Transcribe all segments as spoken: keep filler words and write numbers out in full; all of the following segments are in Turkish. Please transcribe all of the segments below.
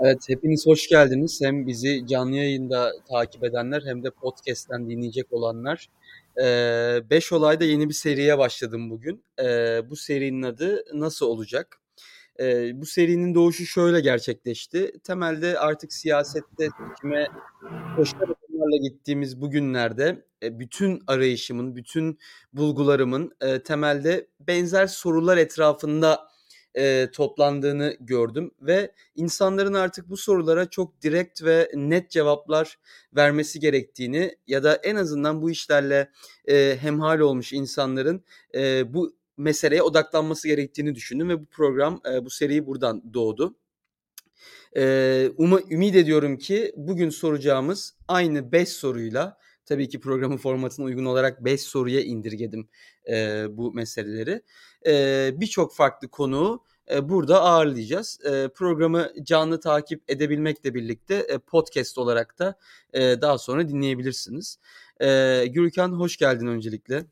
Evet, hepiniz hoş geldiniz. Hem bizi canlı yayında takip edenler hem de podcast'ten dinleyecek olanlar. Eee beş Olay'da yeni bir seriye başladım bugün. Eee, bu serinin adı Nasıl Olacak? Eee, bu serinin doğuşu şöyle gerçekleşti. Temelde artık siyasette seçime koşar adımlarla gittiğimiz bu günlerde e, bütün arayışımın, bütün bulgularımın e, temelde benzer sorular etrafında e, toplandığını gördüm ve insanların artık bu sorulara çok direkt ve net cevaplar vermesi gerektiğini ya da en azından bu işlerle e, hemhal olmuş insanların e, bu meseleye odaklanması gerektiğini düşündüm ve bu program, e, bu seri buradan doğdu. Eee, uma ümit ediyorum ki bugün soracağımız aynı beş soruyla, tabii ki programın formatına uygun olarak beş soruya indirgedim eee, bu meseleleri. Eee, birçok farklı konuğu eee, burada ağırlayacağız. Eee, programı canlı takip edebilmekle birlikte e, podcast olarak da eee, daha sonra dinleyebilirsiniz. Eee, Gürkan, hoş geldin öncelikle.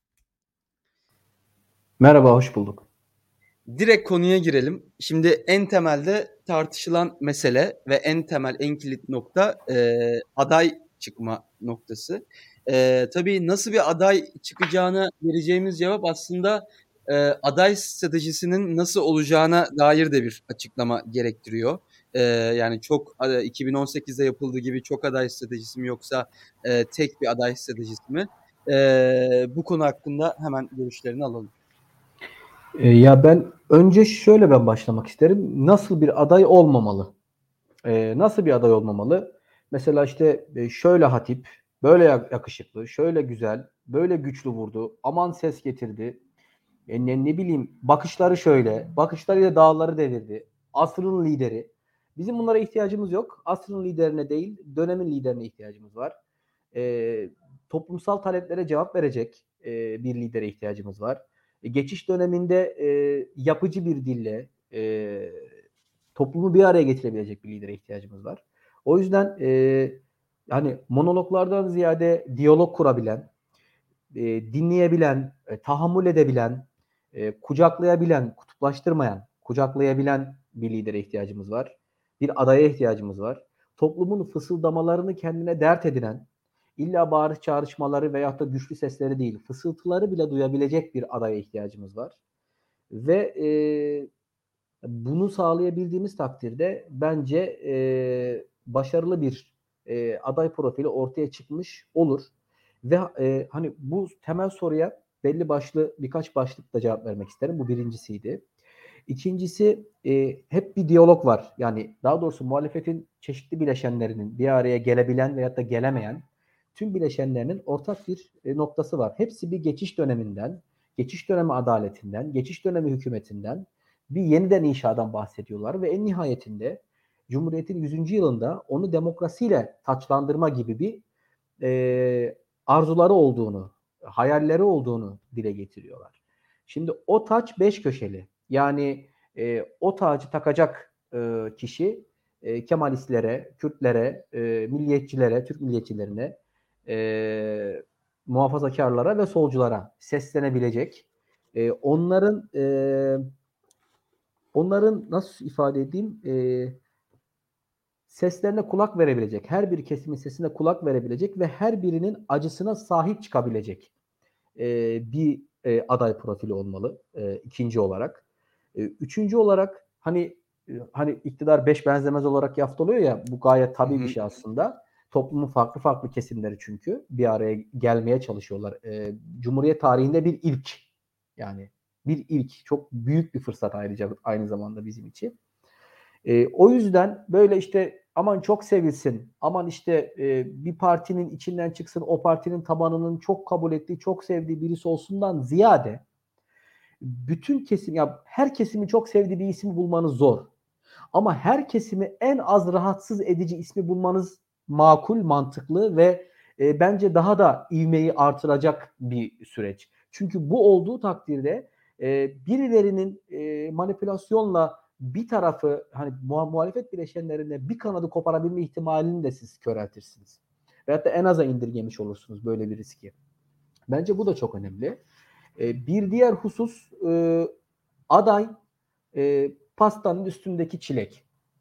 Merhaba, hoş bulduk. Direkt konuya girelim. Şimdi en temelde tartışılan mesele ve en temel, en kilit nokta eee, aday çıkma noktası. Eee, tabii nasıl bir aday çıkacağına vereceğimiz cevap aslında eee, aday stratejisinin nasıl olacağına dair de bir açıklama gerektiriyor. Eee, yani çok e, iki bin on sekizde yapıldığı gibi çok aday stratejisi mi yoksa e, tek bir aday stratejisi mi? Eee, bu konu hakkında hemen görüşlerini alalım. Eee, ya ben önce şöyle ben başlamak isterim. Nasıl bir aday olmamalı? Eee, nasıl bir aday olmamalı? Mesela işte e, şöyle hatip, böyle yakışıklı, şöyle güzel, böyle güçlü vurdu, aman ses getirdi. E, ne, ne bileyim bakışları şöyle, bakışlarıyla dağları devirdi. Asrın lideri. Bizim bunlara ihtiyacımız yok. Asrın liderine değil, dönemin liderine ihtiyacımız var. E, Toplumsal taleplere cevap verecek e, bir lidere ihtiyacımız var. E, geçiş döneminde e, yapıcı bir dille e, toplumu bir araya getirebilecek bir lidere ihtiyacımız var. O yüzden e, hani monologlardan ziyade diyalog kurabilen, e, dinleyebilen, e, tahammül edebilen, e, kucaklayabilen, kutuplaştırmayan, kucaklayabilen bir lidere ihtiyacımız var. Bir adaya ihtiyacımız var. Toplumun fısıldamalarını kendine dert edinen, illa bağırış çağrışmaları veyahut da güçlü sesleri değil, fısıltıları bile duyabilecek bir adaya ihtiyacımız var. Ve e, bunu sağlayabildiğimiz takdirde bence e, başarılı bir e, aday profili ortaya çıkmış olur. Ve e, hani bu temel soruya belli başlı birkaç başlıkla cevap vermek isterim. Bu birincisiydi. İkincisi e, hep bir diyalog var. Yani daha doğrusu muhalefetin çeşitli bileşenlerinin bir araya gelebilen veyahut da gelemeyen tüm bileşenlerinin ortak bir e, noktası var. Hepsi bir geçiş döneminden, geçiş dönemi adaletinden, geçiş dönemi hükümetinden, bir yeniden inşadan bahsediyorlar ve en nihayetinde Cumhuriyet'in yüzüncü yılında onu demokrasiyle taçlandırma gibi bir e, arzuları olduğunu, hayalleri olduğunu dile getiriyorlar. Şimdi o taç beş köşeli. Yani e, o tacı takacak e, kişi e, Kemalistlere, Kürtlere, e, milliyetçilere, Türk milliyetçilerine, e, muhafazakarlara ve solculara seslenebilecek. E, onların e, onların nasıl ifade edeyim? E, seslerine kulak verebilecek, her bir kesimin sesine kulak verebilecek ve her birinin acısına sahip çıkabilecek e, bir e, aday profili olmalı e, ikinci olarak. E, üçüncü olarak hani e, hani iktidar beş benzemez olarak yaftalıyor ya, bu gayet Hı tabii bir hı. şey aslında. Toplumun farklı farklı kesimleri çünkü bir araya gelmeye çalışıyorlar. E, Cumhuriyet tarihinde bir ilk, yani bir ilk, çok büyük bir fırsat ayrıca aynı zamanda bizim için. E, o yüzden böyle işte aman çok sevilsin, aman işte e, bir partinin içinden çıksın, o partinin tabanının çok kabul ettiği, çok sevdiği birisi olsundan ziyade bütün kesim, ya her kesimin çok sevdiği bir isim bulmanız zor. Ama her kesimi en az rahatsız edici ismi bulmanız makul, mantıklı ve e, bence daha da ivmeyi artıracak bir süreç. Çünkü bu olduğu takdirde e, birilerinin e, manipülasyonla bir tarafı, hani muhalefet bileşenlerine bir kanadı koparabilme ihtimalini de siz köreltirsiniz. Veyahut da en aza indirgemiş olursunuz böyle bir riski. Bence bu da çok önemli. E, bir diğer husus e, aday e, pastanın üstündeki çilek.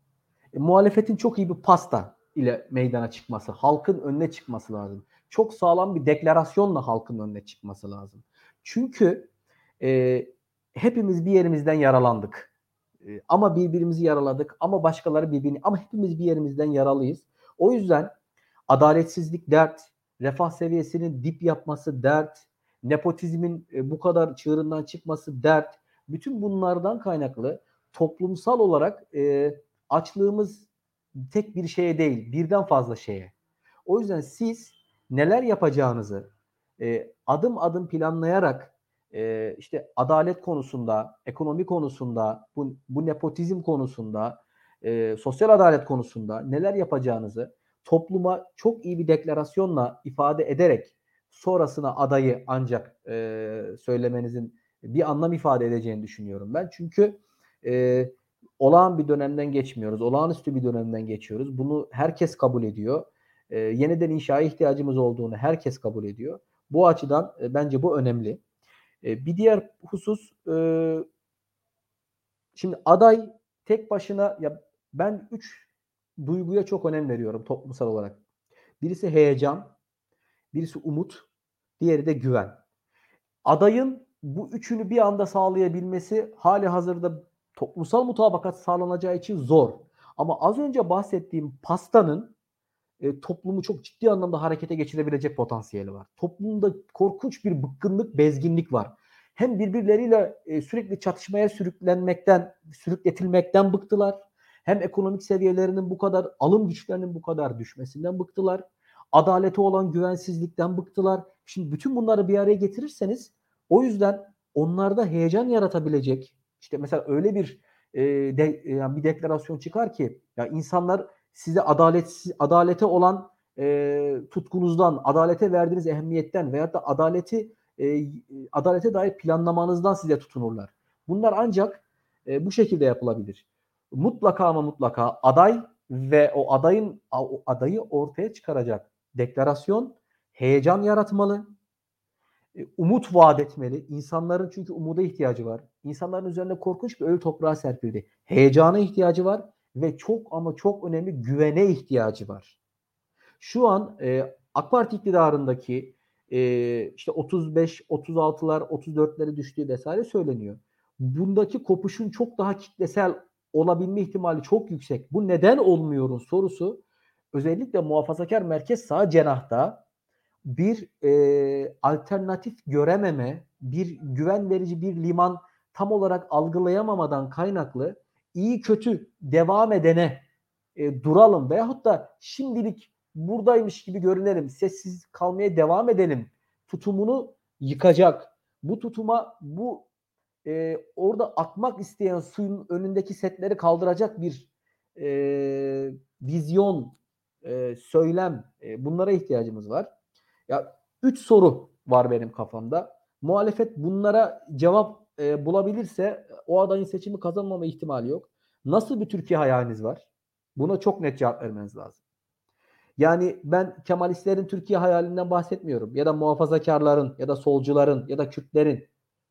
E, muhalefetin çok iyi bir pasta ile meydana çıkması, halkın önüne çıkması lazım. Çok sağlam bir deklarasyonla halkın önüne çıkması lazım. Çünkü e, hepimiz bir yerimizden yaralandık. E, ama birbirimizi yaraladık, ama başkaları birbirini, ama hepimiz bir yerimizden yaralıyız. O yüzden adaletsizlik dert, refah seviyesinin dip yapması dert, nepotizmin e, bu kadar çığırından çıkması dert. Bütün bunlardan kaynaklı toplumsal olarak e, açlığımız tek bir şeye değil, birden fazla şeye. O yüzden siz neler yapacağınızı e, adım adım planlayarak e, işte adalet konusunda, ekonomi konusunda, bu, bu nepotizm konusunda, e, sosyal adalet konusunda neler yapacağınızı topluma çok iyi bir deklarasyonla ifade ederek sonrasına adayı ancak e, söylemenizin bir anlam ifade edeceğini düşünüyorum ben. Çünkü e, olağan bir dönemden geçmiyoruz. Olağanüstü bir dönemden geçiyoruz. Bunu herkes kabul ediyor. E, yeniden inşaya ihtiyacımız olduğunu herkes kabul ediyor. Bu açıdan e, bence bu önemli. E, bir diğer husus e, şimdi aday tek başına ya ben üç duyguya çok önem veriyorum toplumsal olarak. Birisi heyecan, birisi umut, diğeri de güven. Adayın bu üçünü bir anda sağlayabilmesi hali hazırda toplumsal mutabakat sağlanacağı için zor. Ama az önce bahsettiğim pastanın e, toplumu çok ciddi anlamda harekete geçirebilecek potansiyeli var. Toplumda korkunç bir bıkkınlık, bezginlik var. Hem birbirleriyle e, sürekli çatışmaya sürüklenmekten, sürükletilmekten bıktılar. Hem ekonomik seviyelerinin bu kadar, alım güçlerinin bu kadar düşmesinden bıktılar. Adalete olan güvensizlikten bıktılar. Şimdi bütün bunları bir araya getirirseniz o yüzden onlarda heyecan yaratabilecek, işte mesela öyle bir e, de, yani bir deklarasyon çıkar ki ya insanlar size adalet adalete olan e, tutkunuzdan, adalete verdiğiniz ehemmiyetten veyahut da adaleti e, adalete dair planlamanızdan size tutunurlar. Bunlar ancak e, bu şekilde yapılabilir. Mutlaka ama mutlaka aday ve o adayın o adayı ortaya çıkaracak deklarasyon heyecan yaratmalı, e, umut vaat etmeli. İnsanların çünkü umuda ihtiyacı var. İnsanların üzerine korkunç bir ölü toprağa serpildi. Heyecana ihtiyacı var ve çok ama çok önemli güvene ihtiyacı var. Şu an e, AK Parti iktidarındaki e, işte otuz beş, otuz altılar, otuz dörtlere düştüğü vesaire söyleniyor. Bundaki kopuşun çok daha kitlesel olabilme ihtimali çok yüksek. Bu neden olmuyorun sorusu özellikle muhafazakar merkez sağ cenahta bir e, alternatif görememe, bir güven verici bir liman tam olarak algılayamamadan kaynaklı iyi kötü devam edene e, duralım veyahut da şimdilik buradaymış gibi görünelim, sessiz kalmaya devam edelim tutumunu yıkacak. Bu tutuma, bu e, orada akmak isteyen suyun önündeki setleri kaldıracak bir e, vizyon, e, söylem, e, bunlara ihtiyacımız var. Ya üç soru var benim kafamda. Muhalefet bunlara cevap e, bulabilirse o adayın seçimi kazanmama ihtimali yok. Nasıl bir Türkiye hayaliniz var? Buna çok net cevap vermeniz lazım. Yani ben Kemalistlerin Türkiye hayalinden bahsetmiyorum. Ya da muhafazakarların ya da solcuların ya da Kürtlerin.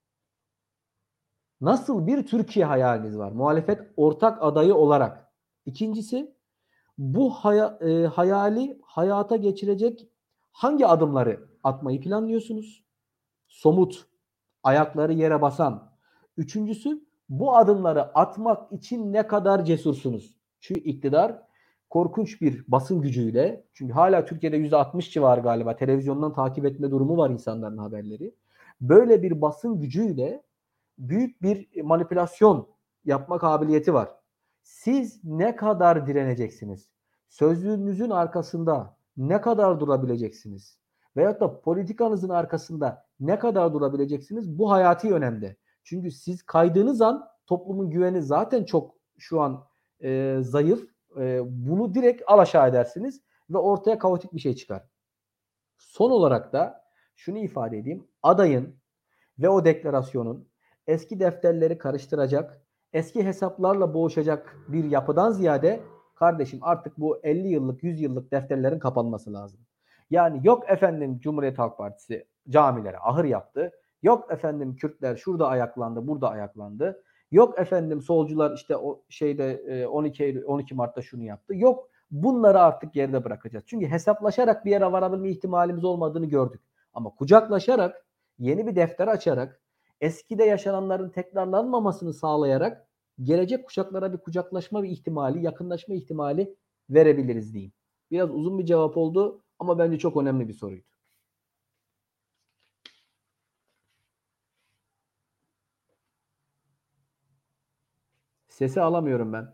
Nasıl bir Türkiye hayaliniz var? Muhalefet ortak adayı olarak. İkincisi, bu haya, e, hayali hayata geçirecek hangi adımları atmayı planlıyorsunuz? Somut, ayakları yere basan. Üçüncüsü, bu adımları atmak için ne kadar cesursunuz? Çünkü iktidar korkunç bir basın gücüyle, çünkü hala Türkiye'de yüzde altmış civarı galiba televizyondan takip etme durumu var insanların haberleri. Böyle bir basın gücüyle büyük bir manipülasyon yapma kabiliyeti var. Siz ne kadar direneceksiniz? Sözlüğünüzün arkasında ne kadar durabileceksiniz? Veyahut da politikanızın arkasında ne kadar durabileceksiniz? Bu hayati önemde. Çünkü siz kaydığınız an toplumun güveni zaten çok şu an e, zayıf. E, bunu direkt alaşağı edersiniz ve ortaya kaotik bir şey çıkar. Son olarak da şunu ifade edeyim. Adayın ve o deklarasyonun eski defterleri karıştıracak, eski hesaplarla boğuşacak bir yapıdan ziyade kardeşim artık bu elli yıllık, yüz yıllık defterlerin kapanması lazım. Yani yok efendim Cumhuriyet Halk Partisi camilere ahır yaptı. Yok efendim Kürtler şurada ayaklandı, burada ayaklandı. Yok efendim solcular işte o şeyde on iki Eylül, on iki Mart'ta şunu yaptı. Yok, bunları artık geride bırakacağız. Çünkü hesaplaşarak bir yere varabilme ihtimalimiz olmadığını gördük. Ama kucaklaşarak, yeni bir defter açarak, eskide yaşananların tekrarlanmamasını sağlayarak gelecek kuşaklara bir kucaklaşma bir ihtimali, yakınlaşma ihtimali verebiliriz diyeyim. Biraz uzun bir cevap oldu ama bence çok önemli bir soruydu. Sesi alamıyorum ben.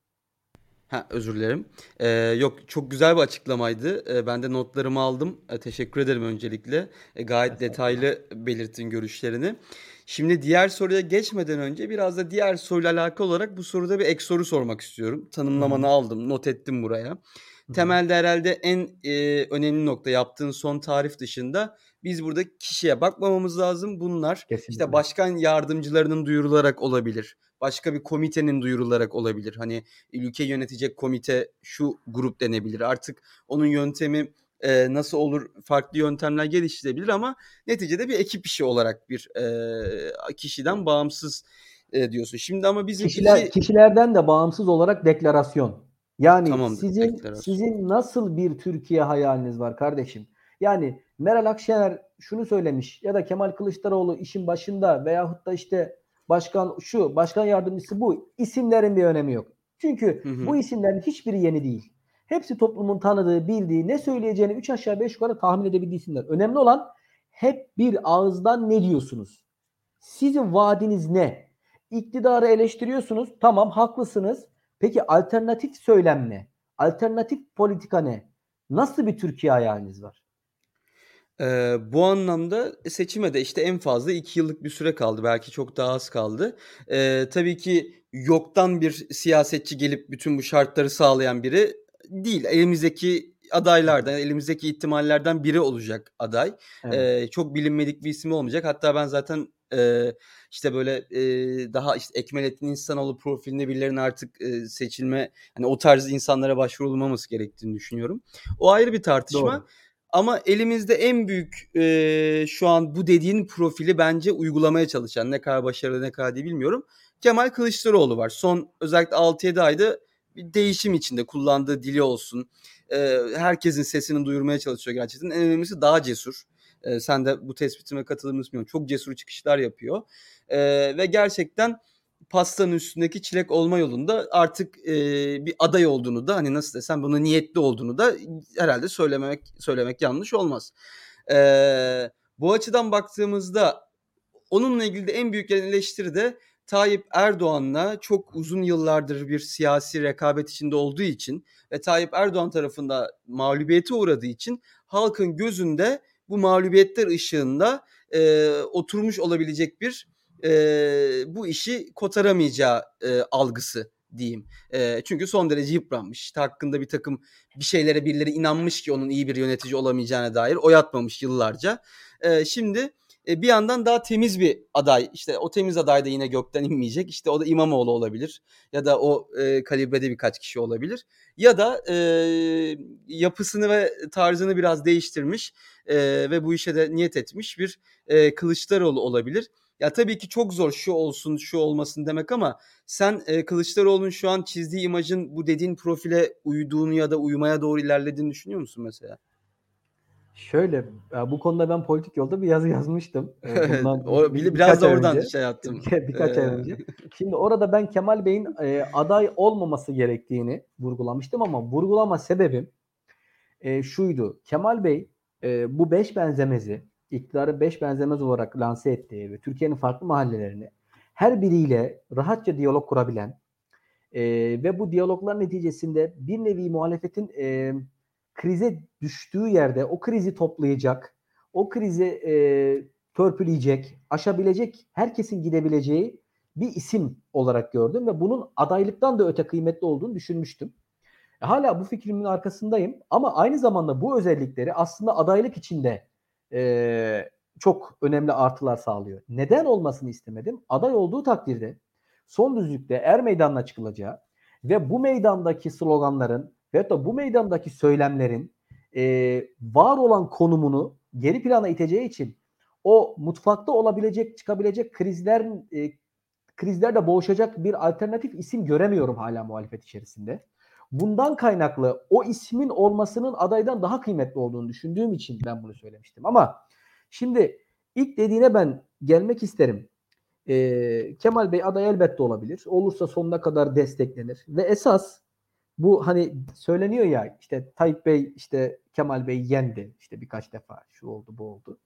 Ha, özür dilerim. Ee, yok, çok güzel bir açıklamaydı. Ee, ben de notlarımı aldım. Ee, teşekkür ederim öncelikle. Ee, gayet Estağfurullah. detaylı belirttin görüşlerini. Şimdi diğer soruya geçmeden önce biraz da diğer soruyla alakalı olarak bu soruda bir ek soru sormak istiyorum. Hı Tanımlamanı hı. aldım, not ettim buraya. Hı hı. Temelde herhalde en e, önemli nokta yaptığın son tarif dışında biz burada kişiye bakmamamız lazım. Bunlar işte Kesinlikle. başkan yardımcılarının duyurularak olabilir. Başka bir komitenin duyurularak olabilir. Hani ülke yönetecek komite şu grup denebilir. Artık onun yöntemi e, nasıl olur, farklı yöntemler geliştirebilir ama neticede bir ekip işi olarak bir e, kişiden bağımsız e, diyorsun. Şimdi ama bizim Kişiler iki kişilerden de bağımsız olarak deklarasyon. Yani tamamdır sizin deklarasyon. sizin nasıl bir Türkiye hayaliniz var kardeşim? Yani Meral Akşener şunu söylemiş ya da Kemal Kılıçdaroğlu işin başında veyahut da işte başkan şu, başkan yardımcısı bu. İsimlerin bir önemi yok. Çünkü Hı bu hı. isimlerin hiçbiri yeni değil. Hepsi toplumun tanıdığı, bildiği, ne söyleyeceğini üç aşağı beş yukarı tahmin edebildiği isimler. Önemli olan hep bir ağızdan ne diyorsunuz? Sizin vaadiniz ne? İktidarı eleştiriyorsunuz. Tamam, haklısınız. Peki alternatif söylem ne? Alternatif politika ne? Nasıl bir Türkiye hayaliniz var? Eee, bu anlamda seçime de işte en fazla iki yıllık bir süre kaldı. Belki çok daha az kaldı. Eee, tabii ki yoktan bir siyasetçi gelip bütün bu şartları sağlayan biri değil. Elimizdeki Hı hı. adaylardan, elimizdeki ihtimallerden biri olacak aday. Evet. Eee, çok bilinmedik bir isim olmayacak. Hatta ben zaten eee, işte böyle eee, daha işte Ekmelettin İhsanoğlu profilinde birilerinin artık eee, seçilme, hani o tarz insanlara başvurulmaması gerektiğini düşünüyorum. O ayrı bir tartışma. Doğru. Ama elimizde en büyük eee, şu an bu dediğin profili bence uygulamaya çalışan, ne kadar başarılı ne kadar değil bilmiyorum, Kemal Kılıçdaroğlu var. Son özellikle altı yedi ayda bir değişim içinde kullandığı dili olsun. Eee, herkesin sesini duyurmaya çalışıyor gerçekten. En önemlisi daha cesur. Eee, sen de bu tespitime katılır mısın bilmiyorum. Çok cesur çıkışlar yapıyor. Eee, ve gerçekten pastanın üstündeki çilek olma yolunda artık eee, bir aday olduğunu da hani nasıl desem bunu niyetli olduğunu da herhalde söylememek söylemek yanlış olmaz. Eee, bu açıdan baktığımızda onunla ilgili de en büyük eleştiri de Tayyip Erdoğan'la çok uzun yıllardır bir siyasi rekabet içinde olduğu için ve Tayyip Erdoğan tarafında mağlubiyete uğradığı için halkın gözünde bu mağlubiyetler ışığında e, oturmuş olabilecek bir e, bu işi kotaramayacağı e, algısı diyeyim. E, çünkü son derece yıpranmış. İşte hakkında bir takım bir şeylere birileri inanmış ki onun iyi bir yönetici olamayacağına dair oy atmamış yıllarca. E, şimdi e, bir yandan daha temiz bir aday. İşte o temiz aday da yine gökten inmeyecek. İşte o da İmamoğlu olabilir. Ya da o e, kalibrede birkaç kişi olabilir. Ya da e, yapısını ve tarzını biraz değiştirmiş e, ve bu işe de niyet etmiş bir e, Kılıçdaroğlu olabilir. Ya tabii ki çok zor şu olsun şu olmasın demek ama sen e, Kılıçdaroğlu'nun şu an çizdiği imajın bu dediğin profile uyduğunu ya da uyumaya doğru ilerlediğini düşünüyor musun mesela? Şöyle, bu konuda ben politik yolda bir yazı yazmıştım. Bundan bir, O bir, bile biraz birkaç da ay oradan önce. şey yaptım. Bir, birkaç ay Ee, önce. Şimdi orada ben Kemal Bey'in e, aday olmaması gerektiğini vurgulamıştım ama vurgulama sebebim e, şuydu. Kemal Bey e, bu beş benzemezi, iktidarı beş benzemez olarak lanse ettiği ve Türkiye'nin farklı mahallelerini her biriyle rahatça diyalog kurabilen e, ve bu diyaloglar neticesinde bir nevi muhalefetin e, krize düştüğü yerde o krizi toplayacak, o krizi e, törpüleyecek, aşabilecek, herkesin gidebileceği bir isim olarak gördüm ve bunun adaylıktan da öte kıymetli olduğunu düşünmüştüm. Hala bu fikrimin arkasındayım ama aynı zamanda bu özellikleri aslında adaylık içinde e, çok önemli artılar sağlıyor. Neden olmasını istemedim? Aday olduğu takdirde son düzlükte er meydanına çıkılacağı ve bu meydandaki sloganların ve da bu meydandaki söylemlerin e, var olan konumunu geri plana iteceği için o mutfakta olabilecek, çıkabilecek krizlerin e, krizlerle boğuşacak bir alternatif isim göremiyorum hala muhalefet içerisinde. Bundan kaynaklı o ismin olmasının adaydan daha kıymetli olduğunu düşündüğüm için ben bunu söylemiştim. Ama şimdi ilk dediğine ben gelmek isterim. Ee, Kemal Bey aday elbette olabilir. Olursa sonuna kadar desteklenir. Ve esas bu hani söyleniyor ya işte Tayyip Bey işte Kemal Bey yendi. İşte birkaç defa şu oldu bu oldu.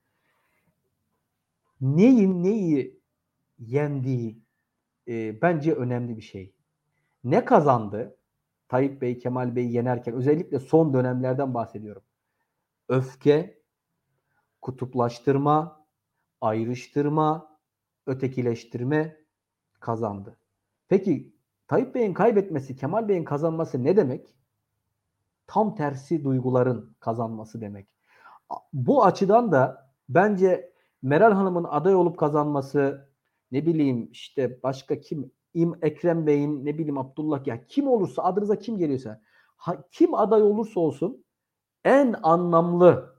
Neyin neyi yendiği e, bence önemli bir şey. Ne kazandı? Tayyip Bey, Kemal Bey'i yenerken özellikle son dönemlerden bahsediyorum. Öfke, kutuplaştırma, ayrıştırma, ötekileştirme kazandı. Peki Tayyip Bey'in kaybetmesi, Kemal Bey'in kazanması ne demek? Tam tersi duyguların kazanması demek. Bu açıdan da bence Meral Hanım'ın aday olup kazanması, ne bileyim işte başka kim, İm Ekrem Bey'in, ne bileyim Abdullah, ya kim olursa, adınıza kim geliyorsa, ha, kim aday olursa olsun en anlamlı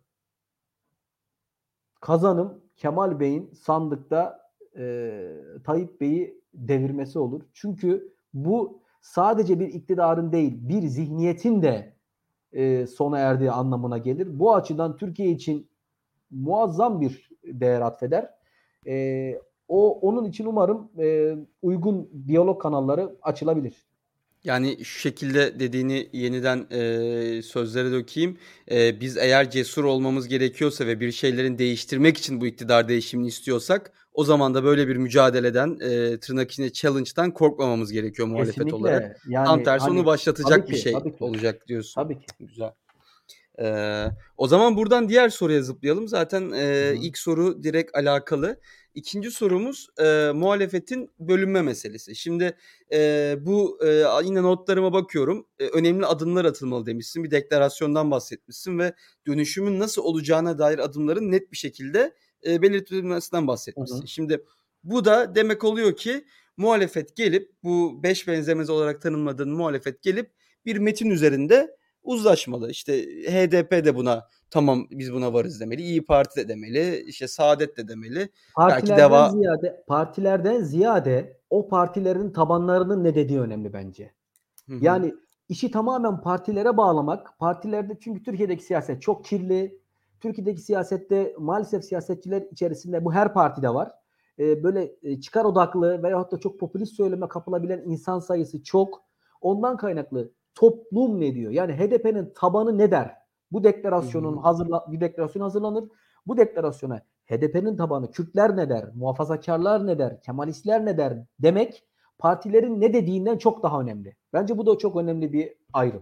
kazanım Kemal Bey'in sandıkta e, Tayyip Bey'i devirmesi olur. Çünkü bu sadece bir iktidarın değil, bir zihniyetin de e, sona erdiği anlamına gelir. Bu açıdan Türkiye için muazzam bir değer atfeder. E, o onun için umarım e, uygun diyalog kanalları açılabilir. Yani şu şekilde dediğini yeniden e, sözlere dökeyim. E, biz eğer cesur olmamız gerekiyorsa ve bir şeylerin değiştirmek için bu iktidar değişimini istiyorsak, o zaman da böyle bir mücadeleden, e, tırnak içinde challenge'dan korkmamamız gerekiyor muhalefet olarak. Kesinlikle. Tam Yani tersi onu hani tabii başlatacak bir ki, şey tabii ki, olacak diyorsun. tabii ki. Güzel. Ee, O zaman buradan diğer soruya zıplayalım. Zaten Hı e, hı. ilk soru direkt alakalı. İkinci sorumuz e, muhalefetin bölünme meselesi. Şimdi e, bu e, yine notlarıma bakıyorum. E, önemli adımlar atılmalı demişsin. Bir deklarasyondan bahsetmişsin ve dönüşümün nasıl olacağına dair adımların net bir şekilde e, belirtilmesinden Hı bahsetmişsin. hı. Şimdi bu da demek oluyor ki muhalefet gelip, bu beş benzemez olarak tanımladığın muhalefet gelip bir metin üzerinde uzlaşmalı. İşte H D P de buna tamam biz buna varız demeli. İyi Parti de demeli. İşte Saadet de demeli. Belki Partilerden Deva. ziyade partilerden ziyade o partilerin tabanlarının ne dediği önemli bence. Hı hı. Yani işi tamamen partilere bağlamak, partilerde, çünkü Türkiye'deki siyaset çok kirli. Türkiye'deki siyasette maalesef siyasetçiler içerisinde, bu her partide var. Ee, böyle e, çıkar odaklı veyahut da çok popülist söyleme kapılabilen insan sayısı çok. Ondan kaynaklı toplum ne diyor? Yani H D P'nin tabanı ne der? Bu Hı deklarasyonun hı. hazırla bir deklarasyon hazırlanır. Bu deklarasyona H D P'nin tabanı Kürtler ne der? Muhafazakarlar ne der? Kemalistler ne der? Demek partilerin ne dediğinden çok daha önemli. Bence bu da çok önemli bir ayrım.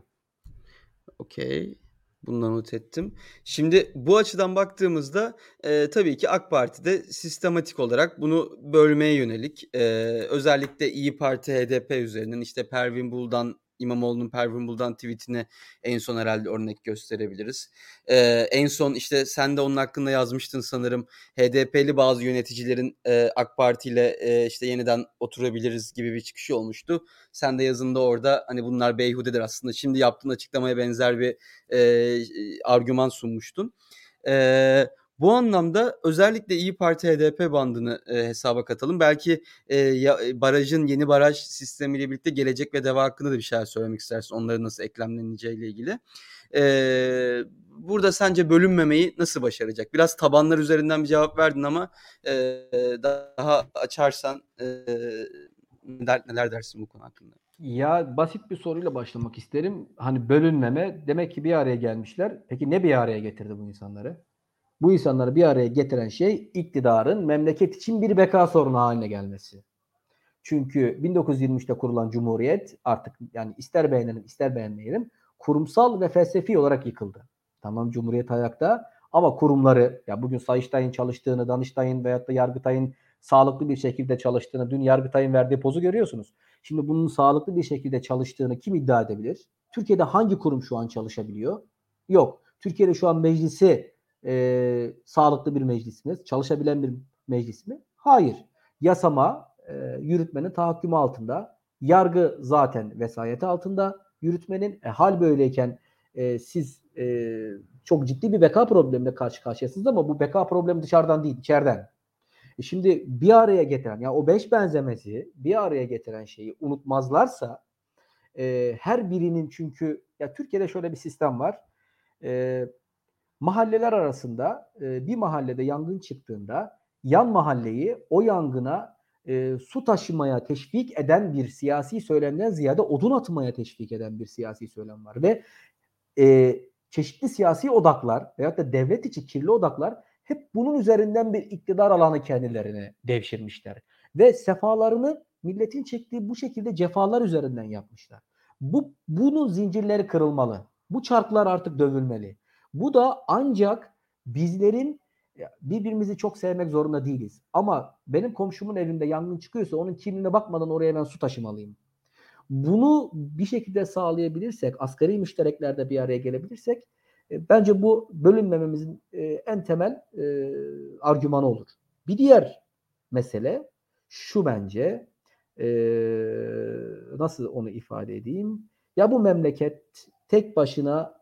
Okey. Bundan not ettim. Şimdi bu açıdan baktığımızda e, tabii ki AK Parti'de sistematik olarak bunu bölmeye yönelik, e, özellikle İyi Parti H D P üzerinden, işte Pervin Buldan, İmamoğlu'nun Pervin Buldan tweetine en son herhalde örnek gösterebiliriz. E, en son işte sen de onun hakkında yazmıştın sanırım. H D P'li bazı yöneticilerin e, AK Parti ile e, işte yeniden oturabiliriz gibi bir çıkışı olmuştu. Sen de yazında orada hani bunlar beyhudedir aslında. Şimdi yaptığın açıklamaya benzer bir e, argüman sunmuştun. E, Bu anlamda özellikle İyi Parti H D P bandını e, hesaba katalım. Belki e, ya, barajın yeni baraj sistemiyle birlikte Gelecek ve Deva hakkında da bir şeyler söylemek istersin. Onların nasıl eklemleneceğiyle ilgili. E, Burada sence bölünmemeyi nasıl başaracak? Biraz tabanlar üzerinden bir cevap verdin ama e, daha açarsan e, neler, neler dersin bu konu hakkında? Ya basit bir soruyla başlamak isterim. Hani bölünmeme, demek ki bir araya gelmişler. Peki ne bir araya getirdi bu insanları? Bu insanları bir araya getiren şey iktidarın memleket için bir beka sorunu haline gelmesi. Çünkü bin dokuz yüz yirmi üçte kurulan Cumhuriyet artık, yani ister beğenelim ister beğenmeyelim, kurumsal ve felsefi olarak yıkıldı. Tamam, Cumhuriyet ayakta ama kurumları, ya bugün Sayıştay'ın çalıştığını, Danıştay'ın veyahut da Yargıtay'ın sağlıklı bir şekilde çalıştığını, dün Yargıtay'ın verdiği pozu görüyorsunuz. Şimdi bunun sağlıklı bir şekilde çalıştığını kim iddia edebilir? Türkiye'de hangi kurum şu an çalışabiliyor? Yok. Türkiye'de şu an meclisi e, sağlıklı bir meclis mi? Çalışabilen bir meclis mi? Hayır. Yasama e, yürütmenin tahakkümü altında. Yargı zaten vesayeti altında yürütmenin. E, hal böyleyken e, siz e, çok ciddi bir beka problemiyle karşı karşıyasınız ama bu beka problemi dışarıdan değil, içeriden. E şimdi bir araya getiren, ya o beş benzemezi bir araya getiren şeyi unutmazlarsa, eee, her birinin çünkü ya Türkiye'de şöyle bir sistem var. Eee, mahalleler arasında, eee, bir mahallede yangın çıktığında yan mahalleyi o yangına, eee, su taşımaya teşvik eden bir siyasi söylemden ziyade odun atmaya teşvik eden bir siyasi söylem var ve Eee, çeşitli siyasi odaklar veyahut da devlet içi kirli odaklar hep bunun üzerinden bir iktidar alanı kendilerine devşirmişler ve sefalarını milletin çektiği bu şekilde cefalar üzerinden yapmışlar. Bu bunun zincirleri kırılmalı. Bu çarklar artık dövülmeli. Bu da ancak bizlerin ya birbirimizi çok sevmek zorunda değiliz. Ama benim komşumun evinde yangın çıkıyorsa onun kimliğine bakmadan oraya ben su taşımalıyım. Bunu bir şekilde sağlayabilirsek, asgari müştereklerde bir araya gelebilirsek, e, bence bu bölünmememizin e, en temel e, argümanı olur. Bir diğer mesele şu bence, e, nasıl onu ifade edeyim? Ya bu memleket tek başına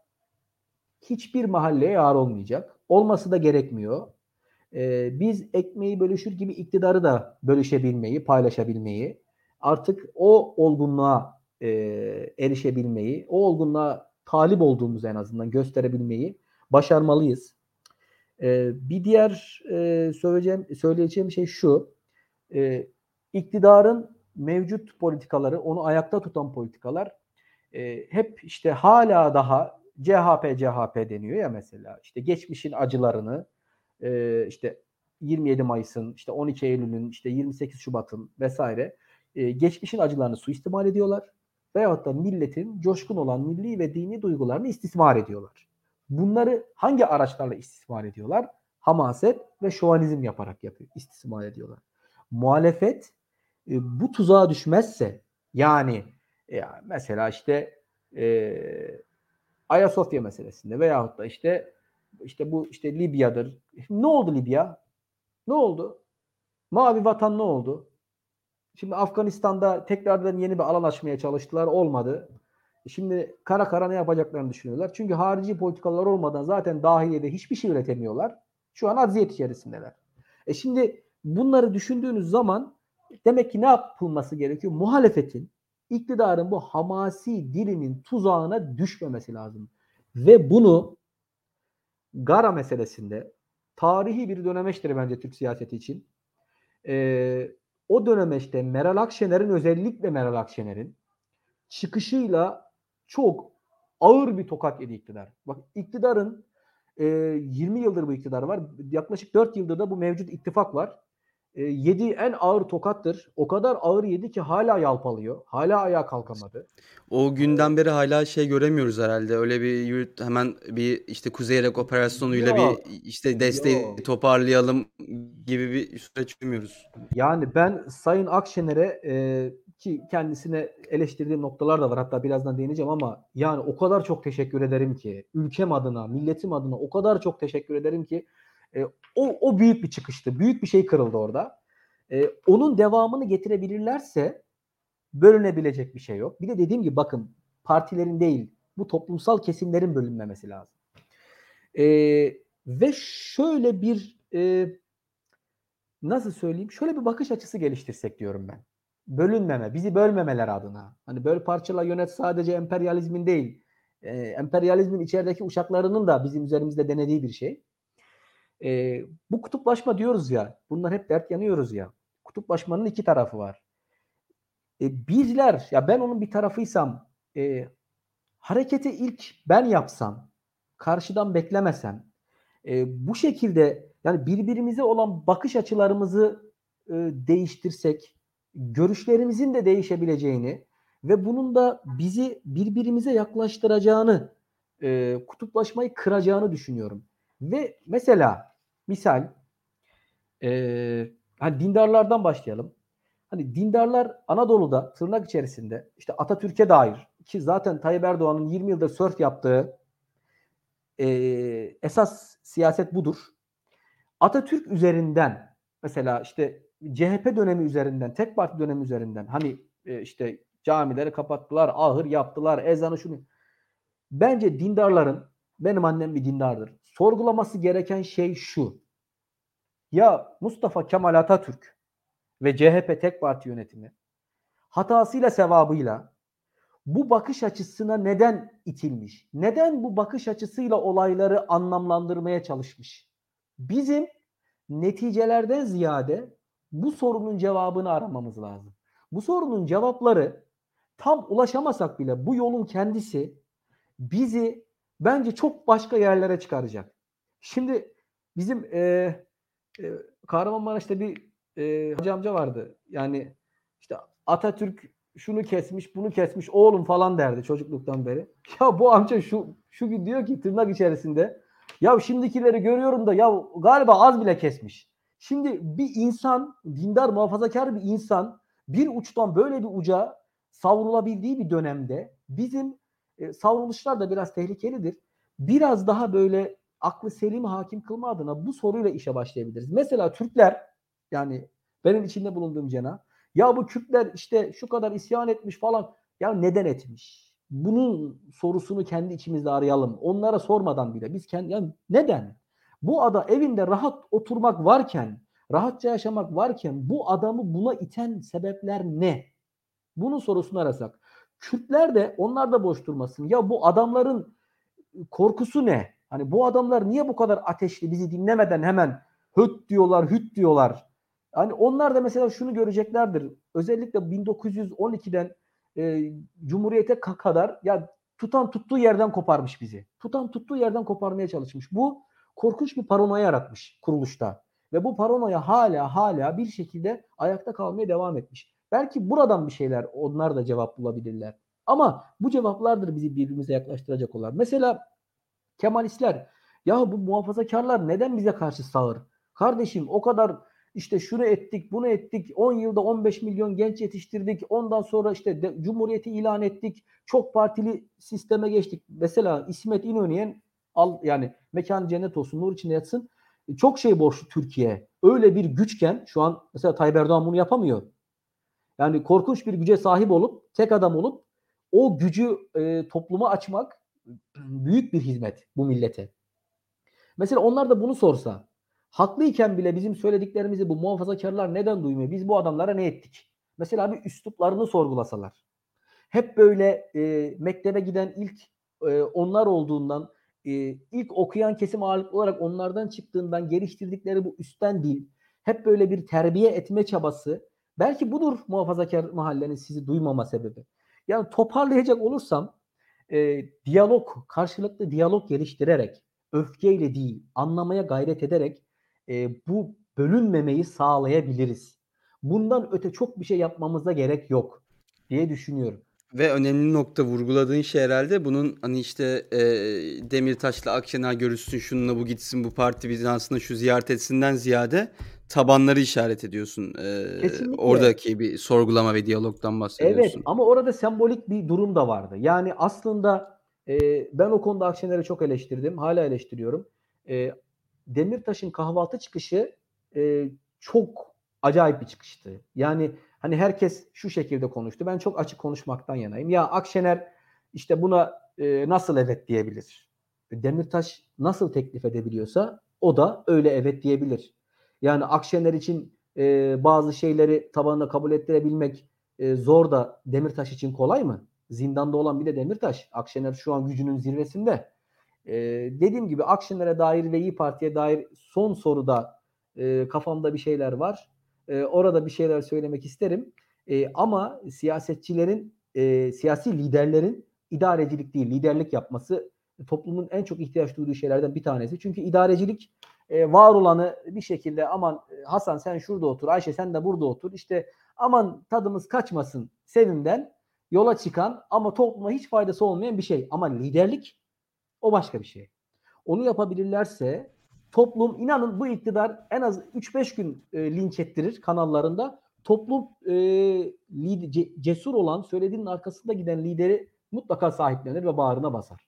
hiçbir mahalleye yar olmayacak. Olması da gerekmiyor. Ee, biz ekmeği bölüşür gibi iktidarı da bölüşebilmeyi, paylaşabilmeyi, artık o olgunluğa e, erişebilmeyi, o olgunluğa talip olduğumuzu en azından gösterebilmeyi başarmalıyız. Ee, bir diğer e, söyleyeceğim, söyleyeceğim şey şu, e, iktidarın mevcut politikaları, onu ayakta tutan politikalar e, hep işte hala daha C H P C H P deniyor ya mesela. İşte geçmişin acılarını, e, işte yirmi yedi Mayıs'ın, işte on iki Eylül'ün, işte yirmi sekiz Şubat'ın vesaire e, geçmişin acılarını suistimal ediyorlar. Veyahut da milletin coşkun olan milli ve dini duygularını istismar ediyorlar. Bunları hangi araçlarla istismar ediyorlar? Hamaset ve şovanizm yaparak yapıyor, istismar ediyorlar. Muhalefet e, bu tuzağa düşmezse, yani e, mesela işte e, Ayasofya meselesinde veyahut da işte işte bu işte Libya'dır. Ne oldu Libya? Ne oldu? Mavi Vatan ne oldu? Şimdi Afganistan'da tekrardan yeni bir alan açmaya çalıştılar. Olmadı. Şimdi kara kara ne yapacaklarını düşünüyorlar. Çünkü harici politikalar olmadan zaten dahiliyede hiçbir şey üretemiyorlar. Şu an acziyet içerisindeler. E şimdi bunları düşündüğünüz zaman demek ki ne yapılması gerekiyor? Muhalefetin, iktidarın bu hamasi dilinin tuzağına düşmemesi lazım. Ve bunu Gara meselesinde tarihi bir dönemeçtir bence Türk siyaseti için. Ee, o dönemeçte Meral Akşener'in, özellikle Meral Akşener'in çıkışıyla çok ağır bir tokat yedi iktidar. Bak iktidarın e, yirmi yıldır bu iktidar var. Yaklaşık dört yıldır da bu mevcut ittifak var. E, yediği en ağır tokattır. O kadar ağır yedi ki hala yalpalıyor. Hala ayağa kalkamadı. O günden beri hala şey göremiyoruz herhalde. Öyle bir yurt hemen bir işte Kuzey Irak operasyonuyla bir Yok. işte desteği Yok. toparlayalım gibi bir süreç görmüyoruz. Yani ben Sayın Akşener'e e, ki kendisine eleştirdiğim noktalar da var. Hatta birazdan değineceğim ama yani o kadar çok teşekkür ederim ki ülkem adına, milletim adına o kadar çok teşekkür ederim ki e, o, o büyük bir çıkıştı. Büyük bir şey kırıldı orada. E, onun devamını getirebilirlerse bölünebilecek bir şey yok. Bir de dediğim gibi bakın partilerin değil bu toplumsal kesimlerin bölünmemesi lazım. E, ve şöyle bir e, nasıl söyleyeyim? Şöyle bir bakış açısı geliştirsek diyorum ben. Bölünmeme, bizi bölmemeler adına. Hani böyle parçala yönet sadece emperyalizmin değil, e, emperyalizmin içerideki uçaklarının da bizim üzerimizde denediği bir şey. E, bu kutuplaşma diyoruz ya, bunlar hep dert yanıyoruz ya. Kutuplaşmanın iki tarafı var. E, bizler, ya ben onun bir tarafıysam, e, hareketi ilk ben yapsam, karşıdan beklemesem, e, bu şekilde yani birbirimize olan bakış açılarımızı e, değiştirsek, görüşlerimizin de değişebileceğini ve bunun da bizi birbirimize yaklaştıracağını, e, kutuplaşmayı kıracağını düşünüyorum. Ve mesela misal e, hani dindarlardan başlayalım. Hani dindarlar Anadolu'da tırnak içerisinde işte Atatürk'e dair ki zaten Tayyip Erdoğan'ın yirmi yıldır sörf yaptığı e, esas siyaset budur. Atatürk üzerinden mesela işte C H P dönemi üzerinden, tek parti dönemi üzerinden hani e, işte camileri kapattılar, ahır yaptılar, ezanı şunu. Bence dindarların, benim annem bir dindardır. Sorgulaması gereken şey şu. Ya Mustafa Kemal Atatürk ve C H P tek parti yönetimi hatasıyla sevabıyla bu bakış açısına neden itilmiş? Neden bu bakış açısıyla olayları anlamlandırmaya çalışmış? Bizim neticelerden ziyade bu sorunun cevabını aramamız lazım. Bu sorunun cevapları tam ulaşamasak bile bu yolun kendisi bizi bence çok başka yerlere çıkaracak. Şimdi bizim e, e, Kahramanmaraş'ta bir e, hacı amca vardı. Yani işte Atatürk şunu kesmiş, bunu kesmiş oğlum falan derdi çocukluktan beri. Ya bu amca şu şu gün diyor ki tırnak içerisinde ya şimdikileri görüyorum da ya galiba az bile kesmiş. Şimdi bir insan, dindar muhafazakar bir insan bir uçtan böyle bir uca savrulabildiği bir dönemde bizim e, savruluşlar da biraz tehlikelidir. Biraz daha böyle aklı selim hakim kılma adına bu soruyla işe başlayabiliriz. Mesela Türkler, yani benim içinde bulunduğum cenah, ya bu Kürtler işte şu kadar isyan etmiş falan. Ya neden etmiş? Bunun sorusunu kendi içimizde arayalım. Onlara sormadan bile biz kendi, ya neden? Bu ada evinde rahat oturmak varken, rahatça yaşamak varken bu adamı buna iten sebepler ne? Bunun sorusunu arasak. Kürtler de, onlar da boş durmasın. Ya bu adamların korkusu ne? Hani bu adamlar niye bu kadar ateşli, bizi dinlemeden hemen höt diyorlar, hüt diyorlar. Hani onlar da mesela şunu göreceklerdir. Özellikle bin dokuz yüz on ikiden e, Cumhuriyete kadar ya tutan tuttuğu yerden koparmış bizi. Tutan tuttuğu yerden koparmaya çalışmış. Bu korkunç bir paranoya yaratmış kuruluşta. Ve bu paranoya hala hala bir şekilde ayakta kalmaya devam etmiş. Belki buradan bir şeyler onlar da cevap bulabilirler. Ama bu cevaplardır bizi birbirimize yaklaştıracak olan. Mesela Kemalistler, ya bu muhafazakarlar neden bize karşı sağır? Kardeşim o kadar işte şunu ettik, bunu ettik, on yılda on beş milyon genç yetiştirdik, ondan sonra işte de, Cumhuriyeti ilan ettik, çok partili sisteme geçtik. Mesela İsmet İnönü'ye al, yani mekan cennet olsun, nur içinde yatsın, çok şey borçlu Türkiye. Öyle bir güçken şu an mesela Tayyip Erdoğan bunu yapamıyor. Yani korkunç bir güce sahip olup, tek adam olup o gücü e, topluma açmak büyük bir hizmet bu millete. Mesela onlar da bunu sorsa, haklıyken bile bizim söylediklerimizi bu muhafazakarlar neden duymuyor? Biz bu adamlara ne ettik? Mesela bir üsluplarını sorgulasalar. Hep böyle e, mektebe giden ilk e, onlar olduğundan, e, ilk okuyan kesim ağırlıklı olarak onlardan çıktığından geliştirdikleri bu üstten dil, hep böyle bir terbiye etme çabası, belki budur muhafazakar mahallenin sizi duymama sebebi. Yani toparlayacak olursam, e, diyalog, karşılıklı diyalog geliştirerek, öfkeyle değil, anlamaya gayret ederek e, bu bölünmemeyi sağlayabiliriz. Bundan öte çok bir şey yapmamıza gerek yok diye düşünüyorum. Ve önemli nokta vurguladığın şey herhalde bunun hani işte e, Demirtaş'la Akşener görüşsün, şununla bu gitsin, bu parti binasına şu ziyaret etsinden ziyade tabanları işaret ediyorsun. E, Kesinlikle. oradaki bir sorgulama ve diyalogdan Evet, bahsediyorsun. ama orada sembolik bir durum da vardı. Yani aslında e, ben o konuda Akşener'i çok eleştirdim. Hala eleştiriyorum. E, Demirtaş'ın kahvaltı çıkışı e, çok acayip bir çıkıştı. Yani hani herkes şu şekilde konuştu. Ben çok açık konuşmaktan yanayım. Ya Akşener işte buna e, nasıl evet diyebilir? Demirtaş nasıl teklif edebiliyorsa o da öyle evet diyebilir. Yani Akşener için e, bazı şeyleri tabanına kabul ettirebilmek e, zor da Demirtaş için kolay mı? Zindanda olan bir de Demirtaş. Akşener şu an gücünün zirvesinde. E, dediğim gibi Akşener'e dair ve İyi Parti'ye dair son soruda e, kafamda bir şeyler var. E, orada bir şeyler söylemek isterim. E, ama siyasetçilerin, e, siyasi liderlerin idarecilik değil, liderlik yapması toplumun en çok ihtiyaç duyduğu şeylerden bir tanesi. Çünkü idarecilik e, var olanı bir şekilde aman Hasan sen şurada otur, Ayşe sen de burada otur. İşte aman tadımız kaçmasın Sevim'den yola çıkan ama topluma hiç faydası olmayan bir şey. Ama liderlik o başka bir şey. Onu yapabilirlerse toplum, inanın bu iktidar en az üç beş gün e, linç ettirir kanallarında. Toplum e, lider, cesur olan, söylediğinin arkasında giden lideri mutlaka sahiplenir ve bağrına basar.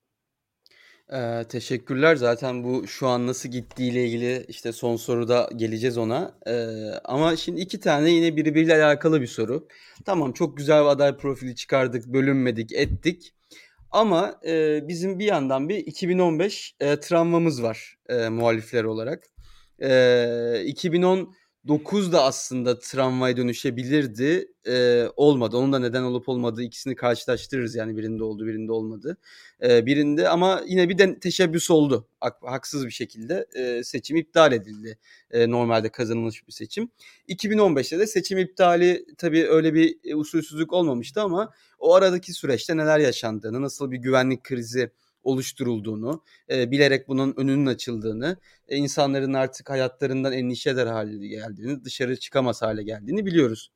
Eee, teşekkürler. Zaten bu şu an nasıl gittiğiyle ilgili işte son soruda geleceğiz ona. Eee, ama şimdi iki tane yine birbiriyle alakalı bir soru. Tamam, çok güzel bir aday profili çıkardık, bölünmedik, ettik. Ama eee, bizim bir yandan bir iki bin on beş eee, travmamız var eee, muhalifler olarak. Eee, iki bin on dokuzda aslında tramvay dönüşebilirdi. Eee, olmadı. Onun da neden olup olmadığı ikisini karşılaştırırız yani birinde oldu, birinde olmadı. Eee, birinde ama yine bir de teşebbüs oldu. Hak haksız bir şekilde eee, seçim iptal edildi. Eee, normalde kazanılmış bir seçim. iki bin on beşte de seçim iptali tabii öyle bir e, usulsüzlük olmamıştı ama o aradaki süreçte neler yaşandığını, nasıl bir güvenlik krizi oluşturulduğunu, e, bilerek bunun önünün açıldığını, e, insanların artık hayatlarından endişe eder hale geldiğini, dışarı çıkamaz hale geldiğini biliyoruz.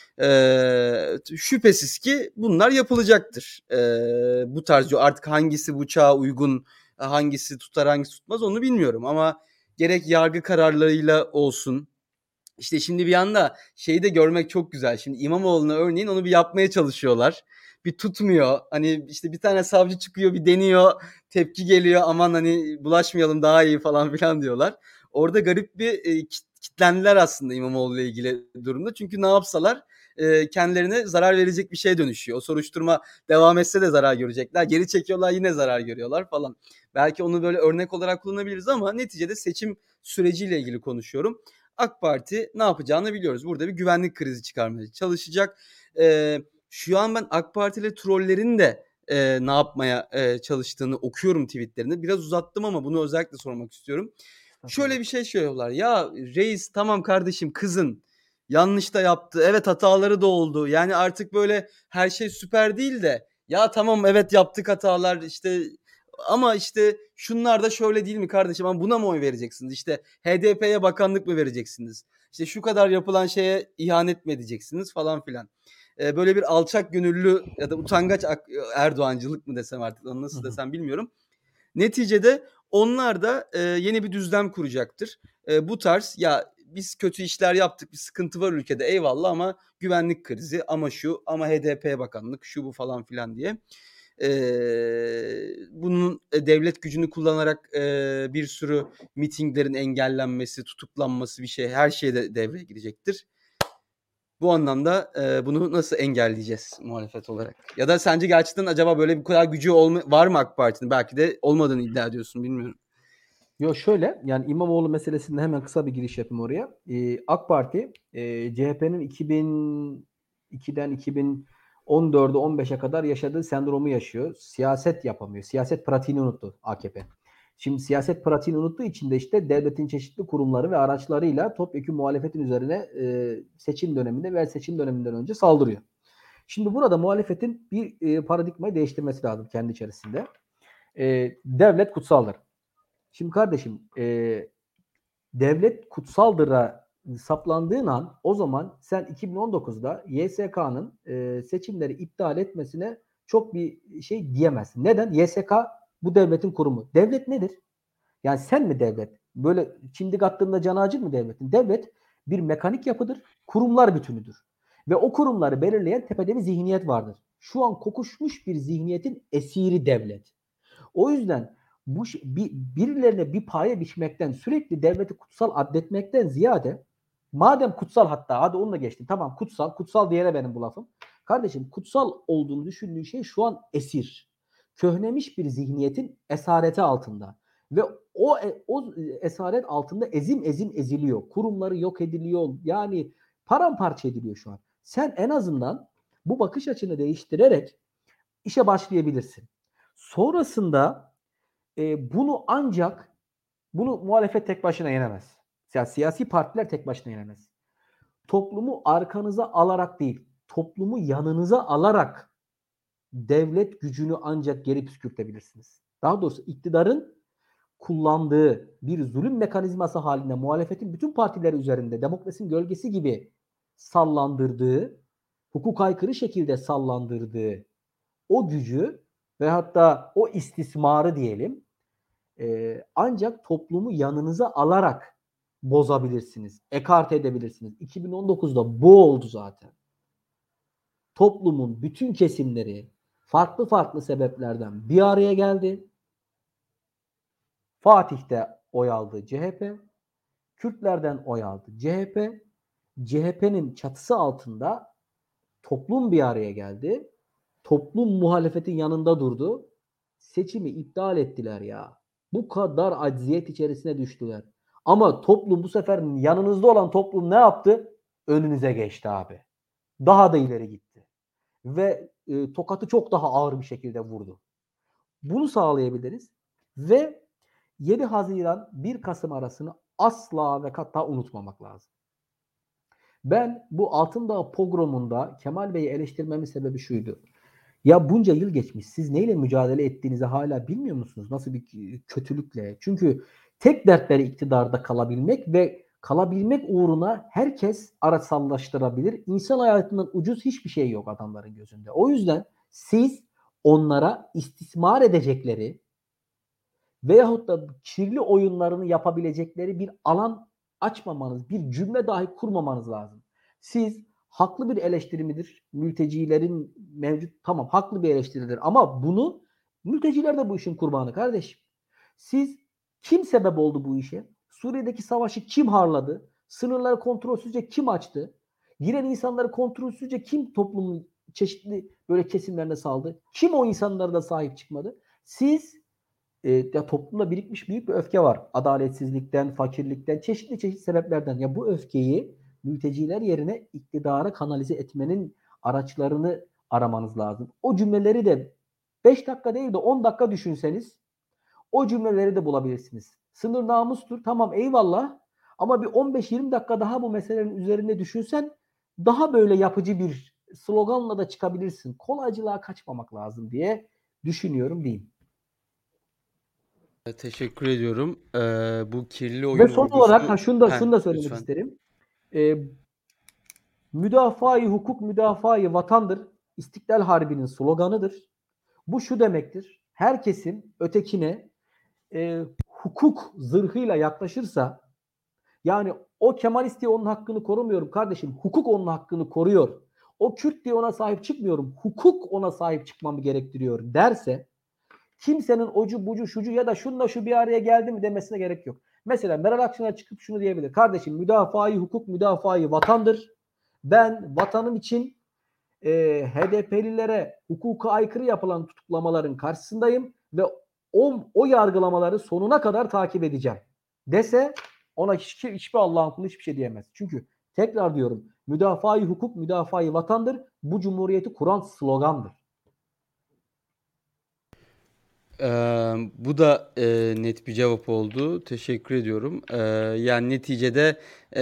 Eee, şüphesiz ki bunlar yapılacaktır. Eee, bu tarz artık hangisi bu çağa uygun, hangisi tutar hangisi tutmaz onu bilmiyorum ama gerek yargı kararlarıyla olsun, işte şimdi bir anda şeyi de görmek çok güzel. Şimdi İmamoğlu'na örneğin onu bir yapmaya çalışıyorlar. Bir tutmuyor. Hani işte bir tane savcı çıkıyor, bir deniyor, tepki geliyor. Aman hani bulaşmayalım daha iyi falan filan diyorlar. Orada garip bir e, kitlendiler aslında İmamoğlu ile ilgili durumda. Çünkü ne yapsalar e, kendilerine zarar verecek bir şeye dönüşüyor. O soruşturma devam etse de zarar görecekler. Geri çekiyorlar yine zarar görüyorlar falan. Belki onu böyle örnek olarak kullanabiliriz ama neticede seçim süreciyle ilgili konuşuyorum. AK Parti ne yapacağını biliyoruz. Burada bir güvenlik krizi çıkarmaya çalışacak. Ee, şu an ben AK Partili trollerin de e, ne yapmaya e, çalıştığını okuyorum tweetlerini. Biraz uzattım ama bunu özellikle sormak istiyorum. Şöyle bir şey söylüyorlar. Ya reis tamam kardeşim kızın yanlış da yaptı. Evet hataları da oldu. Yani artık böyle her şey süper değil de ya tamam evet yaptık hatalar işte ama işte şunlar da şöyle değil mi kardeşim? Ama buna mı oy vereceksiniz? İşte H D P'ye bakanlık mı vereceksiniz? İşte şu kadar yapılan şeye ihanet mi edeceksiniz falan filan. Ee, böyle bir alçak gönüllü ya da utangaç Erdoğancılık mı desem artık onu nasıl desem bilmiyorum. Neticede onlar da e, yeni bir düzlem kuracaktır. E, bu tarz ya biz kötü işler yaptık bir sıkıntı var ülkede eyvallah ama güvenlik krizi ama şu ama H D P'ye bakanlık şu bu falan filan diye. Ee, bunun devlet gücünü kullanarak e, bir sürü mitinglerin engellenmesi, tutuklanması bir şey her şey de devreye girecektir. Bu anlamda e, bunu nasıl engelleyeceğiz muhalefet olarak? Ya da sence gerçekten acaba böyle bir kadar gücü olma, var mı AK Parti'nin? Belki de olmadığını iddia ediyorsun bilmiyorum. Yo şöyle yani İmamoğlu meselesinde hemen kısa bir giriş yapayım oraya. Ee, AK Parti e, C H P'nin iki bin ikiden iki bin on dörde on beşe kadar yaşadığı sendromu yaşıyor. Siyaset yapamıyor. Siyaset pratiğini unuttu A K P. Şimdi siyaset pratiğini unuttuğu için de işte devletin çeşitli kurumları ve araçlarıyla topyekun muhalefetin üzerine e, seçim döneminde ve seçim döneminden önce saldırıyor. Şimdi burada muhalefetin bir e, paradigmayı değiştirmesi lazım kendi içerisinde. E, devlet kutsaldır. Şimdi kardeşim e, devlet kutsaldır'a saplandığın an o zaman sen iki bin on dokuzda Y S K'nın e, seçimleri iptal etmesine çok bir şey diyemezsin. Neden? Y S K bu devletin kurumu. Devlet nedir? Yani sen mi devlet? Böyle çimdik attığında canı acır mı devletin? Devlet bir mekanik yapıdır. Kurumlar bütünüdür. Ve o kurumları belirleyen tepede bir zihniyet vardır. Şu an kokuşmuş bir zihniyetin esiri devlet. O yüzden bu bir, birilerine bir paye biçmekten sürekli devleti kutsal addetmekten ziyade madem kutsal hatta hadi onunla geçtim. Tamam kutsal. Kutsal diyene benim bu lafım. Kardeşim kutsal olduğunu düşündüğü şey şu an esir. Köhnemiş bir zihniyetin esareti altında. Ve o o esaret altında ezim ezim eziliyor. Kurumları yok ediliyor. Yani paramparça ediliyor şu an. Sen en azından bu bakış açını değiştirerek işe başlayabilirsin. Sonrasında e, bunu ancak bunu muhalefet tek başına yenemez. Yani siyasi partiler tek başına yenemez. Toplumu arkanıza alarak değil, toplumu yanınıza alarak devlet gücünü ancak geri püskürtebilirsiniz. Daha doğrusu iktidarın kullandığı bir zulüm mekanizması halinde muhalefetin bütün partiler üzerinde demokrasinin gölgesi gibi sallandırdığı, hukuk aykırı şekilde sallandırdığı o gücü ve hatta o istismarı diyelim e, ancak toplumu yanınıza alarak bozabilirsiniz, ekarte edebilirsiniz. iki bin on dokuzda bu oldu zaten. Toplumun bütün kesimleri farklı farklı sebeplerden bir araya geldi. Fatih'te oy aldı C H P, Kürtlerden oy aldı C H P, C H P'nin çatısı altında toplum bir araya geldi. Toplum muhalefetin yanında durdu. Seçimi iptal ettiler ya. Bu kadar acziyet içerisine düştüler. Ama toplum bu sefer yanınızda olan toplum ne yaptı? Önünüze geçti abi. Daha da ileri gitti. Ve e, tokatı çok daha ağır bir şekilde vurdu. Bunu sağlayabiliriz. Ve yedi Haziran bir Kasım arasını asla ve kata unutmamak lazım. Ben bu Altındağ pogromunda Kemal Bey'i eleştirmemin sebebi şuydu. Ya bunca yıl geçmiş. Siz neyle mücadele ettiğinizi hala bilmiyor musunuz? Nasıl bir kötülükle? Çünkü tek dertleri iktidarda kalabilmek ve kalabilmek uğruna herkes araçsallaştırabilir. İnsan hayatından ucuz hiçbir şey yok adamların gözünde. O yüzden siz onlara istismar edecekleri veyahut da kirli oyunlarını yapabilecekleri bir alan açmamanız, bir cümle dahi kurmamanız lazım. Siz haklı bir eleştiri midir? Mültecilerin mevcut, tamam haklı bir eleştiridir ama bunu mülteciler de bu işin kurbanı kardeşim. Siz kim sebep oldu bu işe? Suriye'deki savaşı kim harladı? Sınırları kontrolsüzce kim açtı? Giren insanları kontrolsüzce kim toplumun çeşitli böyle kesimlerine saldı? Kim o insanlara da sahip çıkmadı? Siz e, ya toplumda birikmiş büyük bir öfke var. Adaletsizlikten, fakirlikten, çeşitli çeşitli sebeplerden. Ya bu öfkeyi mülteciler yerine iktidara kanalize etmenin araçlarını aramanız lazım. O cümleleri de beş dakika değil de on dakika düşünseniz o cümleleri de bulabilirsiniz. Sınır namustur. Tamam eyvallah. Ama bir on beş yirmi dakika daha bu meselenin üzerinde düşünsen daha böyle yapıcı bir sloganla da çıkabilirsin. Kolaycılığa kaçmamak lazım diye düşünüyorum diyeyim. Teşekkür ediyorum. Ee, bu kirli Ve oyun son olarak ha vurgusu... şunu da Heh, şunu da söylemek lütfen. isterim. Ee, müdafaa-i hukuk, müdafaa-i vatandır. İstiklal Harbi'nin sloganıdır. Bu şu demektir. Herkesin ötekine e, hukuk zırhıyla yaklaşırsa, yani o Kemalist diye onun hakkını korumuyorum kardeşim. Hukuk onun hakkını koruyor. O Kürt diye ona sahip çıkmıyorum. Hukuk ona sahip çıkmamı gerektiriyor derse kimsenin ocu bucu şucu ya da şunla şu bir araya geldi mi demesine gerek yok. Mesela Meral Akşener çıkıp şunu diyebilir. Kardeşim müdafaa-i hukuk müdafaa-i vatandır. Ben vatanım için e, H D P'lilere hukuka aykırı yapılan tutuklamaların karşısındayım ve o, o yargılamaları sonuna kadar takip edeceğim dese ona hiç, hiçbir Allah'ın kulu hiçbir şey diyemez. Çünkü tekrar diyorum müdafaa-i hukuk müdafaa-i vatandır. Bu cumhuriyeti kuran slogandır. Ee, bu da e, net bir cevap oldu. Teşekkür ediyorum. Ee, yani neticede e,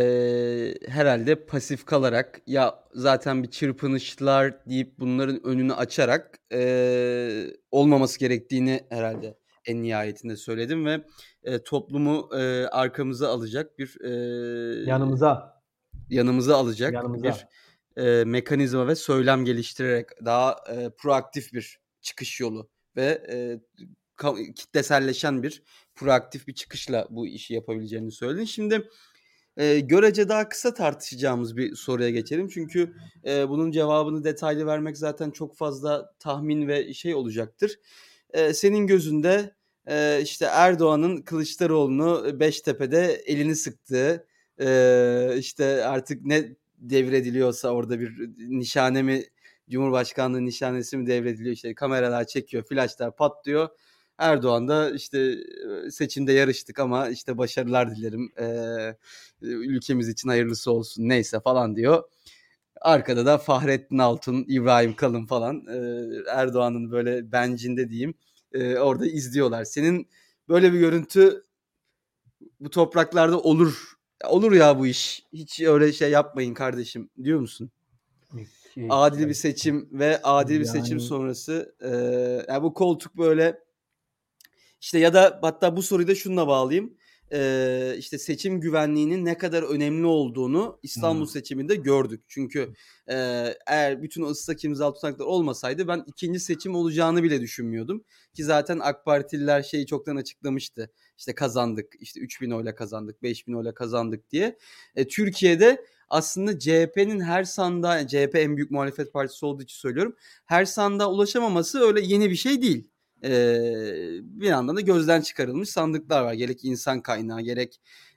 herhalde pasif kalarak ya zaten bir çırpınışlar deyip bunların önünü açarak e, olmaması gerektiğini herhalde en nihayetinde söyledim ve e, toplumu e, arkamıza alacak bir e, Yanımıza, yanımıza alacak bir yanımıza. e, mekanizma ve söylem geliştirerek daha e, proaktif bir çıkış yolu ve e, kitleselleşen bir proaktif bir çıkışla bu işi yapabileceğini söyledin. Şimdi e, görece daha kısa tartışacağımız bir soruya geçelim. Çünkü e, bunun cevabını detaylı vermek zaten çok fazla tahmin ve şey olacaktır. E, senin gözünde e, işte Erdoğan'ın Kılıçdaroğlu'nu Beştepe'de elini sıktığı, e, işte artık ne devrediliyorsa orada bir nişane mi, Cumhurbaşkanlığı nişanesi mi devrediliyor, işte kameralar çekiyor, flaşlar patlıyor. Erdoğan da işte seçimde yarıştık ama işte başarılar dilerim, ee, ülkemiz için hayırlısı olsun neyse falan diyor. Arkada da Fahrettin Altun, İbrahim Kalın falan e, Erdoğan'ın böyle bencinde diyeyim e, orada izliyorlar. Senin böyle bir görüntü bu topraklarda olur. Olur ya bu iş. Hiç öyle şey yapmayın kardeşim diyor musun? Adil bir seçim ve adil bir seçim Yani sonrası e, yani bu koltuk böyle işte ya da hatta bu soruyu da şununla bağlayayım. Ee, işte seçim güvenliğinin ne kadar önemli olduğunu İstanbul hmm. seçiminde gördük. Çünkü e, eğer bütün o ıslak imzalı tutanaklar olmasaydı ben ikinci seçim olacağını bile düşünmüyordum. Ki zaten AK Partililer şeyi çoktan açıklamıştı. İşte kazandık, işte üç bin oyla kazandık, beş bin oyla kazandık diye. E, Türkiye'de aslında C H P'nin her sandığa, C H P en büyük muhalefet partisi olduğu için söylüyorum, her sandığa ulaşamaması öyle yeni bir şey değil. Ee, bir yandan da gözden çıkarılmış sandıklar var. Gerek insan kaynağı gerek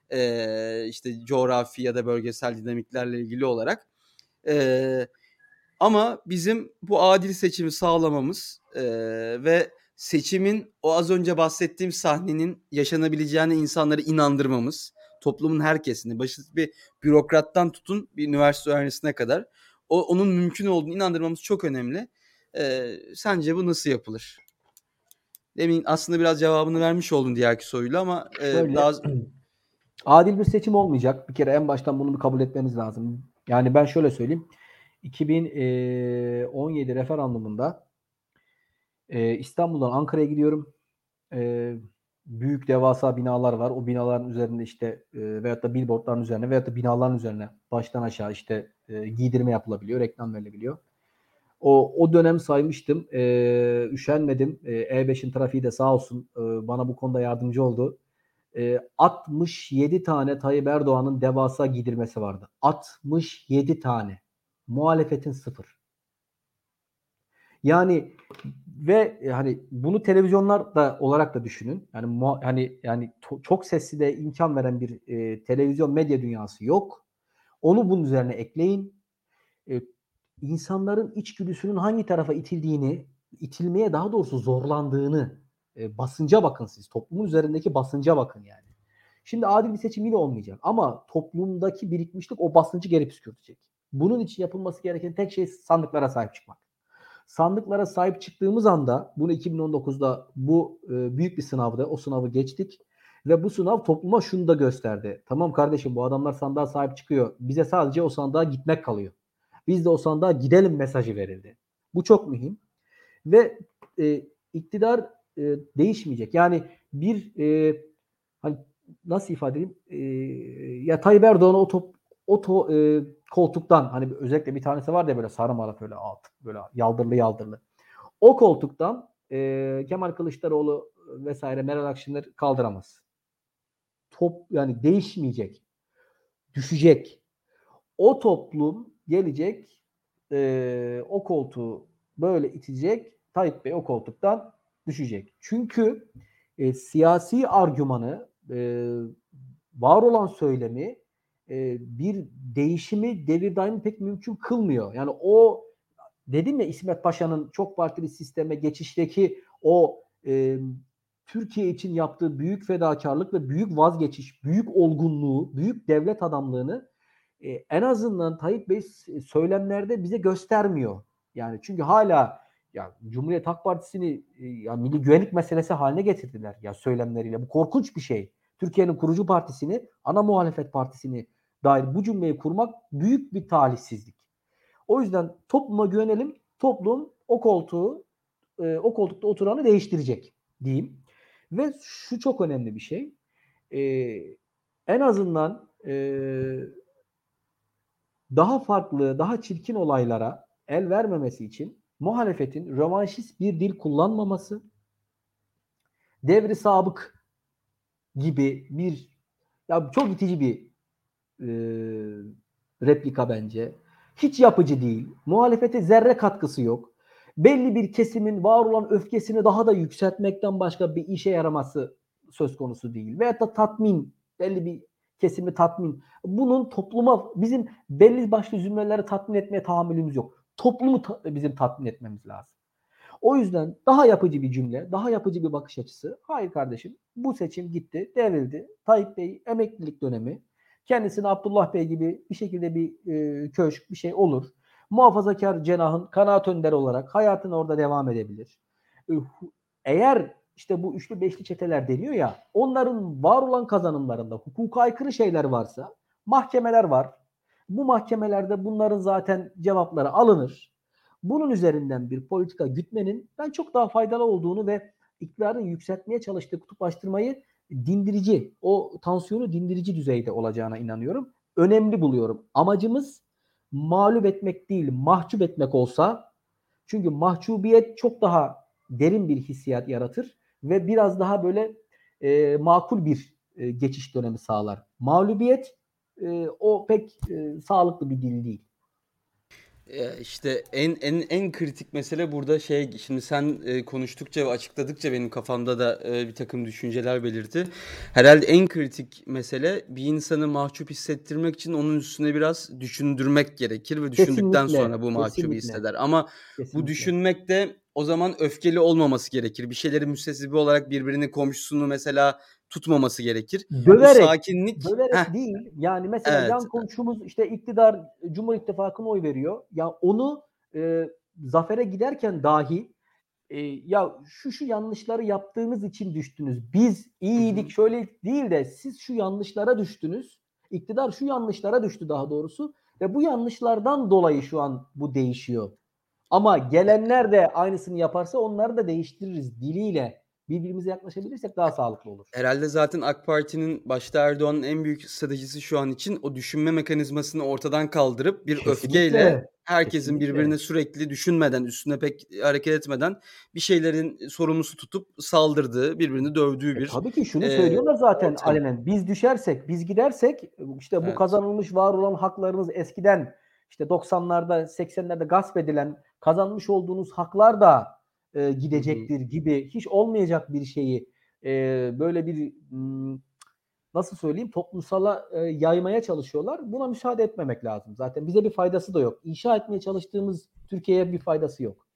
e, işte coğrafi ya da bölgesel dinamiklerle ilgili olarak. Ee, ama bizim bu adil seçimi sağlamamız e, ve seçimin o az önce bahsettiğim sahnenin yaşanabileceğine insanları inandırmamız, toplumun herkesini, basit bir bürokrattan tutun bir üniversite öğrencisine kadar o onun mümkün olduğunu inandırmamız çok önemli. Ee, sence bu nasıl yapılır? Demin aslında biraz cevabını vermiş oldun diğerki soruyla ama e, Şöyle daha adil bir seçim olmayacak. Bir kere en baştan bunu bir kabul etmemiz lazım. Yani ben şöyle söyleyeyim. iki bin on yedi referandumunda e, İstanbul'dan Ankara'ya gidiyorum. E, büyük devasa binalar var. O binaların üzerinde işte e, veyahut da billboardların üzerine veyahut da binaların üzerine baştan aşağı işte e, giydirme yapılabiliyor, reklam verilebiliyor. O, o dönem saymıştım. E, üşenmedim. E, E beşin trafiği de sağ olsun e, bana bu konuda yardımcı oldu. E, altmış yedi tane Tayyip Erdoğan'ın devasa giydirmesi vardı. altmış yedi tane. Muhalefetin sıfır. Yani ve hani bunu televizyonlar da olarak da düşünün. Yani mu, hani yani to, çok sesli de imkan veren bir e, televizyon medya dünyası yok. Onu bunun üzerine ekleyin. E, insanların içgüdüsünün hangi tarafa itildiğini, itilmeye daha doğrusu zorlandığını, e, basınca bakın siz. Toplumun üzerindeki basınca bakın yani. Şimdi adil bir seçim yine olmayacak ama toplumdaki birikmişlik o basıncı geri püskürtecek. Bunun için yapılması gereken tek şey sandıklara sahip çıkmak. Sandıklara sahip çıktığımız anda bunu iki bin on dokuzda bu e, büyük bir sınavdı. O sınavı geçtik ve bu sınav topluma şunu da gösterdi. Tamam kardeşim bu adamlar sandığa sahip çıkıyor. Bize sadece o sandığa gitmek kalıyor. Biz de o sandığa gidelim mesajı verildi. Bu çok mühim. Ve e, iktidar e, değişmeyecek. Yani bir e, hani nasıl ifade edeyim? E, ya Tayyip Erdoğan'ı o top o to, e, koltuktan hani özellikle bir tanesi var ya böyle sarı maraf öyle alt böyle yaldırlı yaldırlı. O koltuktan e, Kemal Kılıçdaroğlu vesaire Meral Akşener kaldıramaz. Top yani değişmeyecek. Düşecek. O toplum gelecek e, o koltuğu böyle itecek. Tayyip Bey o koltuktan düşecek. Çünkü e, siyasi argümanı e, var olan söylemi e, bir değişimi devir daim pek mümkün kılmıyor. Yani o dedim ya İsmet Paşa'nın çok partili sisteme geçişteki o e, Türkiye için yaptığı büyük fedakarlık ve büyük vazgeçiş, büyük olgunluğu, büyük devlet adamlığını e, en azından Tayyip Bey söylemlerde bize göstermiyor. Yani çünkü hala ya Cumhuriyet Halk Partisi'ni e, ya milli güvenlik meselesi haline getirdiler ya söylemleriyle. Bu korkunç bir şey. Türkiye'nin kurucu partisini, ana muhalefet partisini dair bu cümleyi kurmak büyük bir talihsizlik. O yüzden topluma güvenelim. Toplum o koltuğu, e, o koltukta oturanı değiştirecek diyeyim. Ve şu çok önemli bir şey. E, en azından e, daha farklı, daha çirkin olaylara el vermemesi için muhalefetin rövanşist bir dil kullanmaması, devri sabık gibi bir ya çok itici bir e, replika bence. Hiç yapıcı değil. Muhalefete zerre katkısı yok. Belli bir kesimin var olan öfkesini daha da yükseltmekten başka bir işe yaraması söz konusu değil. Veyahut da tatmin, belli bir kesimi tatmin. Bunun topluma, bizim belli başlı zümreleri tatmin etmeye tahammülümüz yok. Toplumu ta- bizim tatmin etmemiz lazım. O yüzden daha yapıcı bir cümle, daha yapıcı bir bakış açısı. Hayır kardeşim bu seçim gitti, devrildi. Tayyip Bey emeklilik dönemi. Kendisine Abdullah Bey gibi bir şekilde bir e, köşk bir şey olur. Muhafazakar cenahın kanaat önderi olarak hayatını orada devam edebilir. E, eğer işte bu üçlü beşli çeteler deniyor ya onların var olan kazanımlarında hukuka aykırı şeyler varsa mahkemeler var. Bu mahkemelerde bunların zaten cevapları alınır. Bunun üzerinden bir politika gütmenin ben çok daha faydalı olduğunu ve iktidarın yükseltmeye çalıştığı kutuplaştırmayı dindirici, o tansiyonu dindirici düzeyde olacağına inanıyorum. Önemli buluyorum. Amacımız mağlup etmek değil, mahcup etmek olsa çünkü mahcubiyet çok daha derin bir hissiyat yaratır ve biraz daha böyle e, makul bir e, geçiş dönemi sağlar. Mağlubiyet e, o pek e, sağlıklı bir dil değil. e, işte en en en kritik mesele burada şey şimdi sen e, konuştukça ve açıkladıkça benim kafamda da e, bir takım düşünceler belirdi. Herhalde en kritik mesele bir insanı mahcup hissettirmek için onun üstüne biraz düşündürmek gerekir ve düşündükten Kesinlikle, sonra bu mahcubu kesinlikle, hisseder. Ama bu kesinlikle. düşünmek de o zaman öfkeli olmaması gerekir. Bir şeylerin müstesibbi olarak birbirinin komşusunu mesela tutmaması gerekir. Bu Döverek, sakinlik Heh, döverek değil. Yani mesela evet. yan komşumuz işte iktidar, Cumhur İttifakı'na oy veriyor. Ya onu e, zafere giderken dahi e, ya şu şu yanlışları yaptığınız için düştünüz. Biz Hı iyiydik hı. şöyle değil de siz şu yanlışlara düştünüz. İktidar şu yanlışlara düştü daha doğrusu ve bu yanlışlardan dolayı şu an bu değişiyor. Ama gelenler de aynısını yaparsa onları da değiştiririz diliyle birbirimize yaklaşabilirsek daha sağlıklı olur. Herhalde zaten AK Parti'nin başta Erdoğan'ın en büyük stratejisi şu an için o düşünme mekanizmasını ortadan kaldırıp bir öfkeyle Kesinlikle. herkesin Kesinlikle. birbirine sürekli düşünmeden, üstüne pek hareket etmeden bir şeylerin sorumlusu tutup saldırdığı, birbirini dövdüğü E, bir, tabii ki şunu eee, söylüyorlar zaten ortam. alenen. Biz düşersek, biz gidersek işte bu Evet. kazanılmış var olan haklarınız eskiden işte doksanlarda, seksenlerde gasp edilen kazanmış olduğunuz haklar da e, Hı hı. gidecektir gibi hiç olmayacak bir şeyi e, böyle bir m, nasıl söyleyeyim toplumsala e, yaymaya çalışıyorlar. Buna müsaade etmemek lazım. Zaten bize bir faydası da yok. İnşa etmeye çalıştığımız Türkiye'ye bir faydası yok.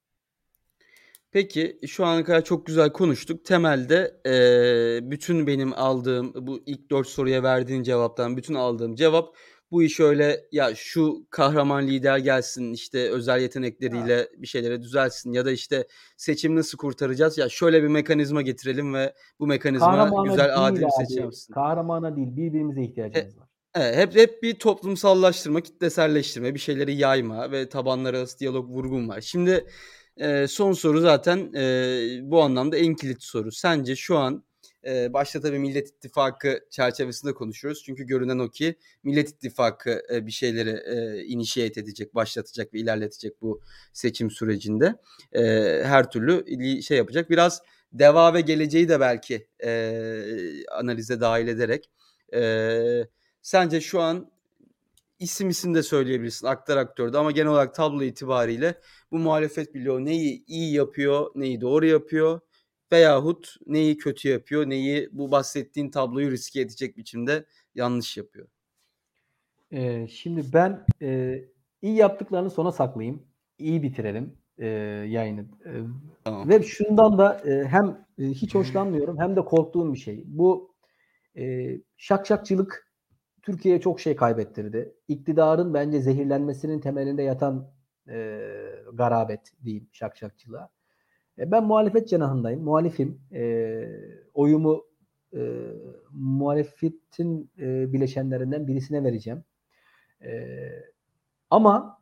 Peki, şu ana kadar çok güzel konuştuk. Temelde, eee, bütün benim aldığım, bu ilk dört soruya verdiğin cevaptan bütün aldığım cevap, bu iş öyle, ya, şu kahraman lider gelsin, işte, özel Ha. yetenekleriyle bir şeyleri düzeltsin ya da, işte, seçimi nasıl kurtaracağız? Ya, şöyle bir mekanizma getirelim ve bu mekanizma Kahramana güzel, adil değil bir seçim abi. yapsın. Kahramana değil. Birbirimize He ihtiyacımız var. evet, hep hep bir toplumsallaştırma, kitleselleştirme, bir şeyleri yayma ve tabanlar arası diyalog vurgun var. Şimdi, eee, son soru zaten, eee, bu anlamda en kilit soru. Sence şu an, eee, başta tabii Millet İttifakı çerçevesinde konuşuyoruz. Çünkü görünen o ki Millet İttifakı, eee, bir şeyleri, eee, initiate edecek, başlatacak ve ilerletecek bu seçim sürecinde. Eee, her türlü li şey yapacak. Biraz DEVA ve Geleceği de belki, eee, analize dâhil ederek, eee, sence şu an isim isim de söyleyebilirsin, aktör aktör de ama genel olarak tablo itibariyle bu muhalefet bloğu neyi iyi yapıyor, neyi doğru yapıyor veyahut neyi kötü yapıyor, neyi bu bahsettiğin tabloyu riske edecek biçimde yanlış yapıyor? Eee, şimdi ben, eee, iyi yaptıklarını sona saklayayım. İyi bitirelim, eee, yayını. Eee, Tamam. ve şundan da, eee, hem, eee, hiç hoşlanmıyorum hem de korktuğum bir şey. Bu, eee, şakşakçılık Türkiye'ye çok şey kaybettirdi. İktidarın bence zehirlenmesinin temelinde yatan, eee, garabet diyeyim şakşakçılığa. E, ben muhalefet cenahındayım, muhalifim. Eee, oyumu, eee, muhalefetin, eee, bileşenlerinden birisine vereceğim. Eee, ama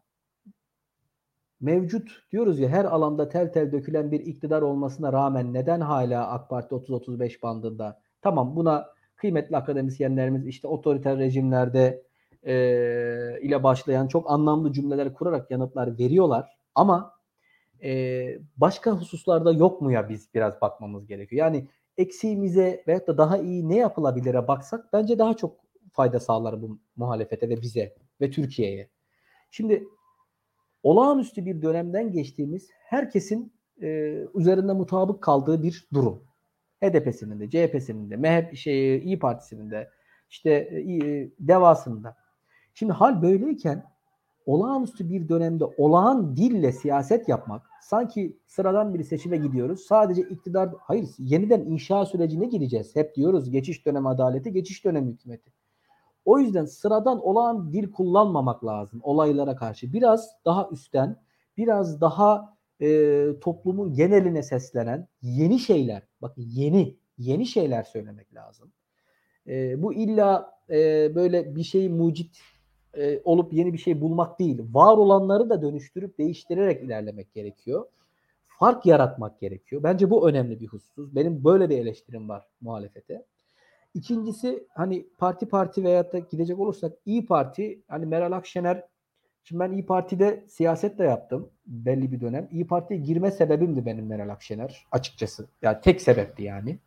mevcut diyoruz ya her alanda tel tel dökülen bir iktidar olmasına rağmen neden hala AK Parti otuz otuz beş bandında? Tamam buna kıymetli akademisyenlerimiz işte otoriter rejimlerde eee, ile başlayan çok anlamlı cümleler kurarak yanıtlar veriyorlar. Ama eee, başka hususlarda yok mu ya biz biraz bakmamız gerekiyor. Yani eksiğimize veyahut da daha iyi ne yapılabilire baksak bence daha çok fayda sağlar bu muhalefete ve bize ve Türkiye'ye. Şimdi olağanüstü bir dönemden geçtiğimiz herkesin e, üzerinde mutabık kaldığı bir durum. H D P'sinin de, C H P'sinin de, M H P şey, İyi Partisi'nin de, işte e, Deva'sının da. Şimdi hal böyleyken olağanüstü bir dönemde olağan dille siyaset yapmak sanki sıradan bir seçime gidiyoruz. Sadece iktidar hayır yeniden inşa sürecine gireceğiz. Hep diyoruz geçiş dönemi adaleti, geçiş dönemi hükümeti. O yüzden sıradan olağan dil kullanmamak lazım olaylara karşı. Biraz daha üstten, biraz daha e, toplumun geneline seslenen yeni şeyler, bakın yeni, yeni şeyler söylemek lazım. E, bu illa e, böyle bir şey mucit e, olup yeni bir şey bulmak değil. Var olanları da dönüştürüp değiştirerek ilerlemek gerekiyor. Fark yaratmak gerekiyor. Bence bu önemli bir husus. Benim böyle bir eleştirim var muhalefete. İkincisi hani parti parti veyahut da gidecek olursak İyi Parti hani Meral Akşener şimdi ben İyi Parti'de siyaset de yaptım belli bir dönem. İyi Parti'ye girme sebebimdi benim Meral Akşener açıkçası. Yani tek sebepti yani.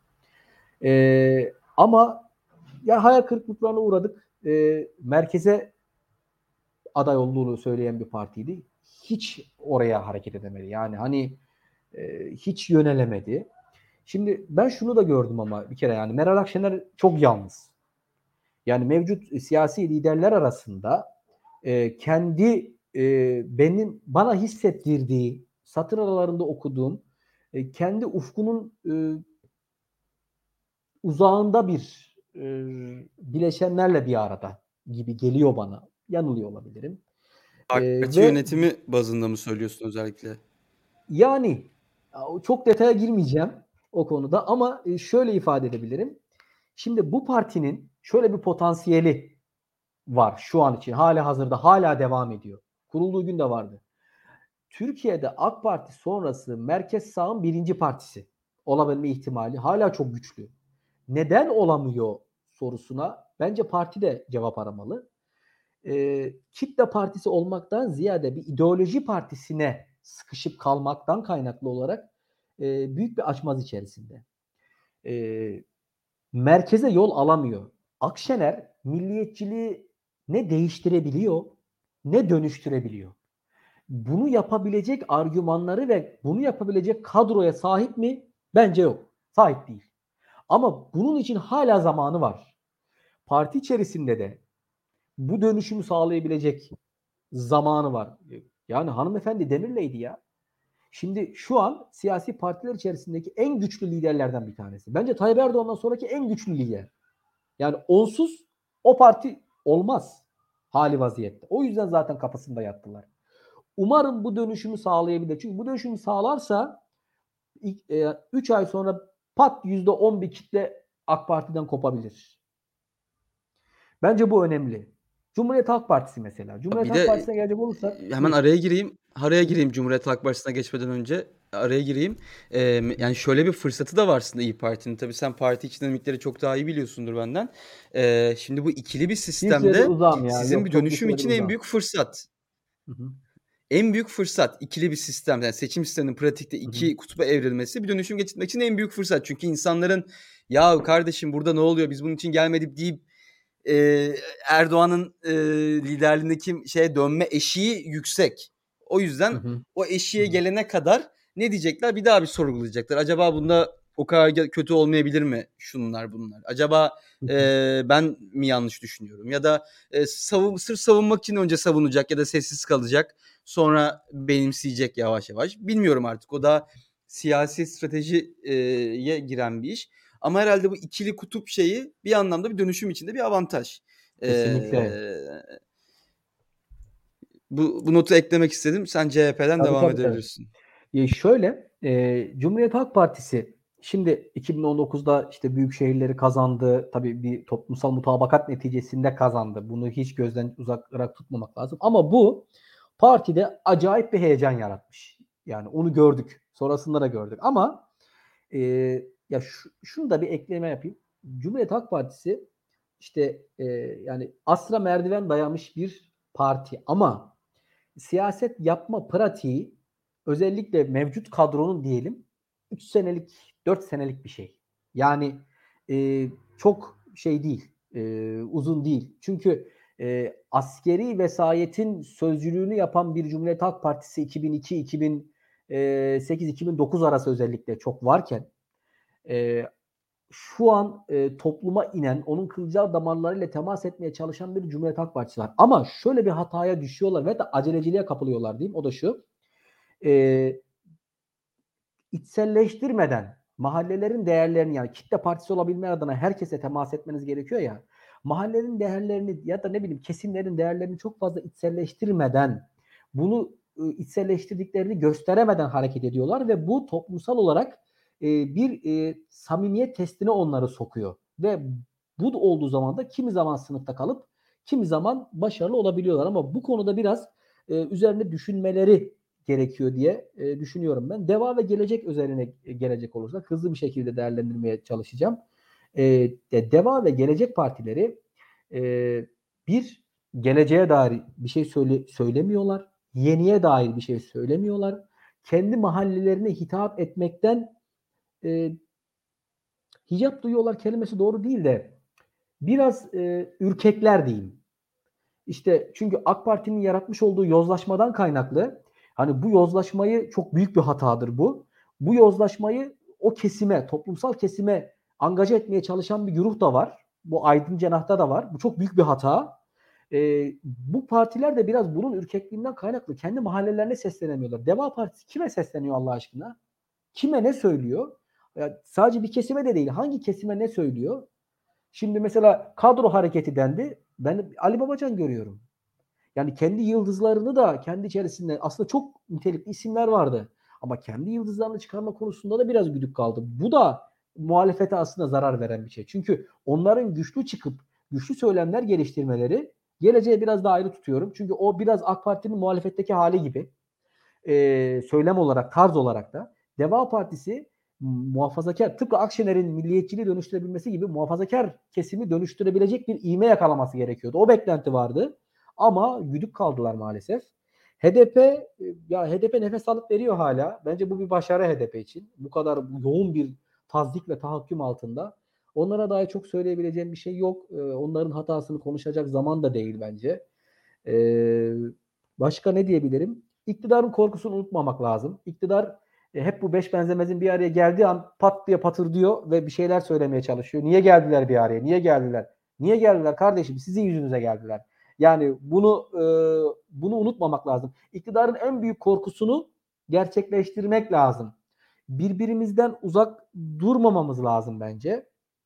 Ee, ama ya hayal kırıklıklarına uğradık. Ee, merkeze aday olduğunu söyleyen bir partiydi. Hiç oraya hareket edemedi. Yani hani e, hiç yönelemedi. Şimdi ben şunu da gördüm ama bir kere yani Meral Akşener çok yalnız. Yani mevcut siyasi liderler arasında e, kendi e, benim bana hissettirdiği satır aralarında okuduğum, e, kendi ufkunun e, uzağında bir e, bileşenlerle bir arada gibi geliyor bana. Yanılıyor olabilirim. E, Parti ve yönetimi bazında mı söylüyorsun özellikle? Yani çok detaya girmeyeceğim o konuda ama şöyle ifade edebilirim. Şimdi bu partinin şöyle bir potansiyeli var şu an için. Hâlihazırda hâlâ devam ediyor. Kurulduğu gün de vardı. Türkiye'de AK Parti sonrası merkez sağın birinci partisi olabilme ihtimali hâlâ çok güçlü. Neden olamıyor sorusuna bence parti de cevap aramalı. Eee, kitle partisi olmaktan ziyade bir ideoloji partisine sıkışıp kalmaktan kaynaklı olarak eee, büyük bir açmaz içerisinde. Eee, merkeze yol alamıyor. Akşener milliyetçiliği ne değiştirebiliyor ne dönüştürebiliyor. Bunu yapabilecek argümanları ve bunu yapabilecek kadroya sahip mi? Bence yok. Sahip değil. Ama bunun için hala zamanı var. Parti içerisinde de bu dönüşümü sağlayabilecek zamanı var. Yani hanımefendi Demir'leydi ya. Şimdi şu an siyasi partiler içerisindeki en güçlü liderlerden bir tanesi. Bence Tayyip Erdoğan'dan sonraki en güçlü lider. Yani onsuz o parti olmaz hali vaziyette. O yüzden zaten kapısında yattılar. Umarım bu dönüşümü sağlayabilir. Çünkü bu dönüşümü sağlarsa üç ay sonra pat yüzde on bir kitle AK Parti'den kopabilir. Bence bu önemli. Cumhuriyet Halk Partisi mesela. Cumhuriyet Bir Halk de Partisi'ne gelecek olursak hemen buyur. araya gireyim. Araya Hı hı. gireyim Cumhuriyet Halk Partisi'ne geçmeden önce. Araya gireyim. Emm, yani şöyle bir fırsatı da var aslında İYİ Parti'nin. Tabii sen parti içi dinamikleri çok daha iyi biliyorsundur benden. Eee, şimdi bu ikili bir Bir süredir sistemde uzağım ya. sizin Yok bir çok bir dönüşüm süredir için en uzağım. büyük fırsat. Hı hı. En büyük fırsat ikili bir sistem, yani seçim sisteminin pratikte Hı hı. iki kutba evrilmesi bir dönüşüm geçirmek için en büyük fırsat. Çünkü insanların "Ya kardeşim burada ne oluyor? Biz bunun için gelmedik." deyip eee, Erdoğan'ın eee, liderliğindeki şeye dönme eşiği yüksek. O Hı yüzden hı. o Hı eşiğe hı. gelene kadar ne diyecekler? Bir daha bir sorgulayacaklar. Acaba bunda o kadar kötü olmayabilir mi şunlar bunlar? Acaba Hı hı. eee, ben mi yanlış düşünüyorum? Ya da eee, savun, sırf savunmak için önce savunacak ya da sessiz kalacak. Sonra benimseyecek yavaş yavaş. Bilmiyorum artık. O da siyasi stratejiye giren bir iş. Ama herhalde bu ikili kutup şeyi bir anlamda bir dönüşüm içinde bir avantaj. Kesinlikle. Eee, bu, bu notu eklemek istedim. Sen C H P'den Tabii devam tabii tabii. edebilirsin. Ya şöyle, eee, Cumhuriyet Halk Partisi şimdi iki bin on dokuzda işte büyük şehirleri kazandı. Tabii bir toplumsal mutabakat neticesinde kazandı. Bunu hiç gözden uzak tutmamak lazım. Ama bu partide acayip bir heyecan yaratmış. Yani onu gördük. Sonrasında da gördük. Ama eee, ya şu, şunu da bir ekleme yapayım. Cumhuriyet Halk Partisi işte eee, yani asra merdiven dayamış bir parti ama siyaset yapma pratiği özellikle mevcut kadronun diyelim üç senelik, dört senelik bir şey. Yani e, çok şey değil, e, uzun değil. Çünkü e, askeri vesayetin sözcülüğünü yapan bir Cumhuriyet Halk Partisi iki bin iki iki bin sekiz iki bin dokuz arası özellikle çok varken e, şu an e, topluma inen, onun kılcal damarlarıyla temas etmeye çalışan bir Cumhuriyet Halk Partisi var. Ama şöyle bir hataya düşüyorlar ve de aceleciliğe kapılıyorlar diyeyim. O da şu. E, içselleştirmeden mahallelerin değerlerini yani kitle partisi olabilme adına herkese temas etmeniz gerekiyor ya. Mahallelerin değerlerini ya da ne bileyim kesimlerin değerlerini çok fazla içselleştirmeden bunu ı, içselleştirdiklerini gösteremeden hareket ediyorlar ve bu toplumsal olarak e, bir e, samimiyet testine onları sokuyor. Ve bu olduğu zaman da kimi zaman sınıfta kalıp kimi zaman başarılı olabiliyorlar ama bu konuda biraz e, üzerinde düşünmeleri gerekiyor diye e, düşünüyorum ben. Deva ve gelecek üzerine gelecek olursak hızlı bir şekilde değerlendirmeye çalışacağım. E, de, Deva ve Gelecek Partileri e, bir geleceğe dair bir şey söyle, söylemiyorlar. Yeniye dair bir şey söylemiyorlar. Kendi mahallelerine hitap etmekten e, hicap duyuyorlar kelimesi doğru değil de biraz e, ürkekler diyeyim. İşte çünkü AK Parti'nin yaratmış olduğu yozlaşmadan kaynaklı hani bu yozlaşmayı çok büyük bir hatadır bu. Bu yozlaşmayı o kesime, toplumsal kesime angaje etmeye çalışan bir güruh da var. Bu aydın cenahta da var. Bu çok büyük bir hata. Eee, bu partiler de biraz bunun ürkekliğinden kaynaklı kendi mahallelerine seslenemiyorlar. Deva Partisi kime sesleniyor Allah aşkına? Kime ne söylüyor? Ya sadece bir kesime de değil. Hangi kesime ne söylüyor? Şimdi mesela kadro hareketi dendi. Ben Ali Babacan görüyorum. Yani kendi yıldızlarını da kendi içerisinde aslında çok nitelikli isimler vardı. Ama kendi yıldızlarını çıkarma konusunda da biraz güdük kaldı. Bu da muhalefete aslında zarar veren bir şey. Çünkü onların güçlü çıkıp güçlü söylemler geliştirmeleri geleceğe biraz daha ayrı tutuyorum. Çünkü o biraz AK Parti'nin muhalefetteki hali gibi. Ee, söylem olarak, tarz olarak da. Deva Partisi muhafazakar, tıpkı Akşener'in milliyetçiliği dönüştürebilmesi gibi muhafazakar kesimi dönüştürebilecek bir ivme yakalaması gerekiyordu. O beklenti vardı. Ama güdük kaldılar maalesef. H D P, ya H D P nefes alıp veriyor hala. Bence bu bir başarı H D P için. Bu kadar yoğun bir tazdik ve tahakküm altında. Onlara dair çok söyleyebileceğim bir şey yok. Onların hatasını konuşacak zaman da değil bence. Ee, başka ne diyebilirim? İktidarın korkusunu unutmamak lazım. İktidar e, hep bu beş benzemezin bir araya geldiği an pat diye patır diyor ve bir şeyler söylemeye çalışıyor. Niye geldiler bir araya? Niye geldiler? Niye geldiler kardeşim? Sizin yüzünüze geldiler. Yani bunu e, bunu unutmamak lazım. İktidarın en büyük korkusunu gerçekleştirmek lazım. Birbirimizden uzak durmamamız lazım bence.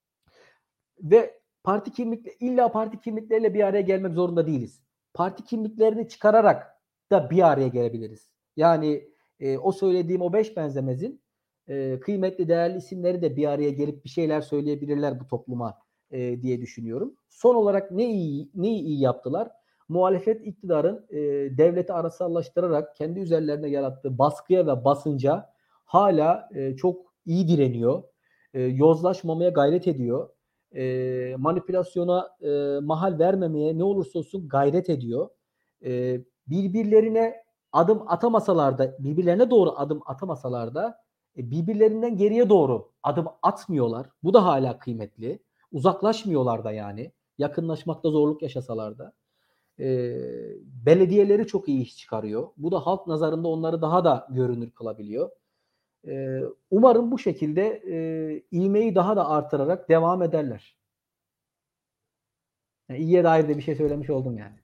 Ve parti kimlikle illa parti kimlikleriyle bir araya gelmek zorunda değiliz. Parti kimliklerini çıkararak da bir araya gelebiliriz. Yani e, o söylediğim o beş benzemezin e, kıymetli değerli isimleri de bir araya gelip bir şeyler söyleyebilirler bu topluma e, diye düşünüyorum. Son olarak ne iyi neyi iyi yaptılar? Muhalefet iktidarın e, devleti arasallaştırarak kendi üzerlerine yarattığı baskıya ve basınca hala e, çok iyi direniyor. E, yozlaşmamaya gayret ediyor. E, manipülasyona e, mahal vermemeye ne olursa olsun gayret ediyor. E, birbirlerine adım atamasalar da, birbirlerine doğru adım atamasalar da e, birbirlerinden geriye doğru adım atmıyorlar. Bu da hala kıymetli. Uzaklaşmıyorlar da yani. Yakınlaşmakta zorluk yaşasalar da. E, belediyeleri çok iyi iş çıkarıyor. Bu da halk nazarında onları daha da görünür kılabiliyor. E, umarım bu şekilde e, ivmeyi daha da artırarak devam ederler. Yani iyiye dair de bir şey söylemiş oldum yani.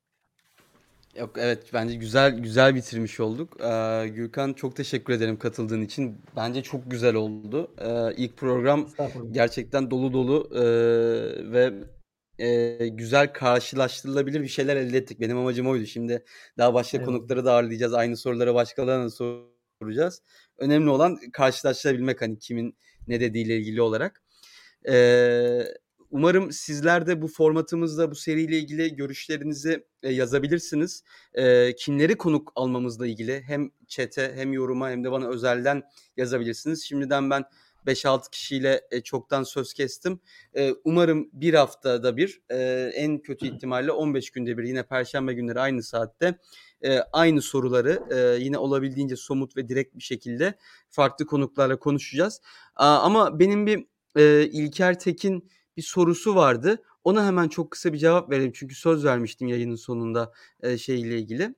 Yok, evet, bence güzel güzel bitirmiş olduk. Ee, Gürkan, çok teşekkür ederim katıldığın için. Bence çok güzel oldu. Ee, ilk program Estağfurullah. gerçekten dolu dolu ee, ve ee, güzel karşılaştırılabilir bir şeyler elde ettik. Benim amacım oydu. Şimdi daha başka Eyvallah. konukları da ağırlayacağız. Aynı soruları başkalarına soracağız. Önemli olan karşılaştırabilmek, hani kimin ne dediğiyle ilgili olarak. Ee, Umarım sizler de bu formatımızda, bu seriyle ilgili görüşlerinizi e, yazabilirsiniz. E, kimleri konuk almamızla ilgili hem chat'e hem yoruma hem de bana özelden yazabilirsiniz. Şimdiden ben beş altı kişiyle e, çoktan söz kestim. E, umarım bir haftada bir, e, en kötü ihtimalle on beş günde bir, yine Perşembe günleri aynı saatte e, aynı soruları e, yine olabildiğince somut ve direkt bir şekilde farklı konuklarla konuşacağız. Aa, ama benim bir e, İlker Tekin bir sorusu vardı. Ona hemen çok kısa bir cevap verelim. Çünkü söz vermiştim yayının sonunda e, şeyle ilgili.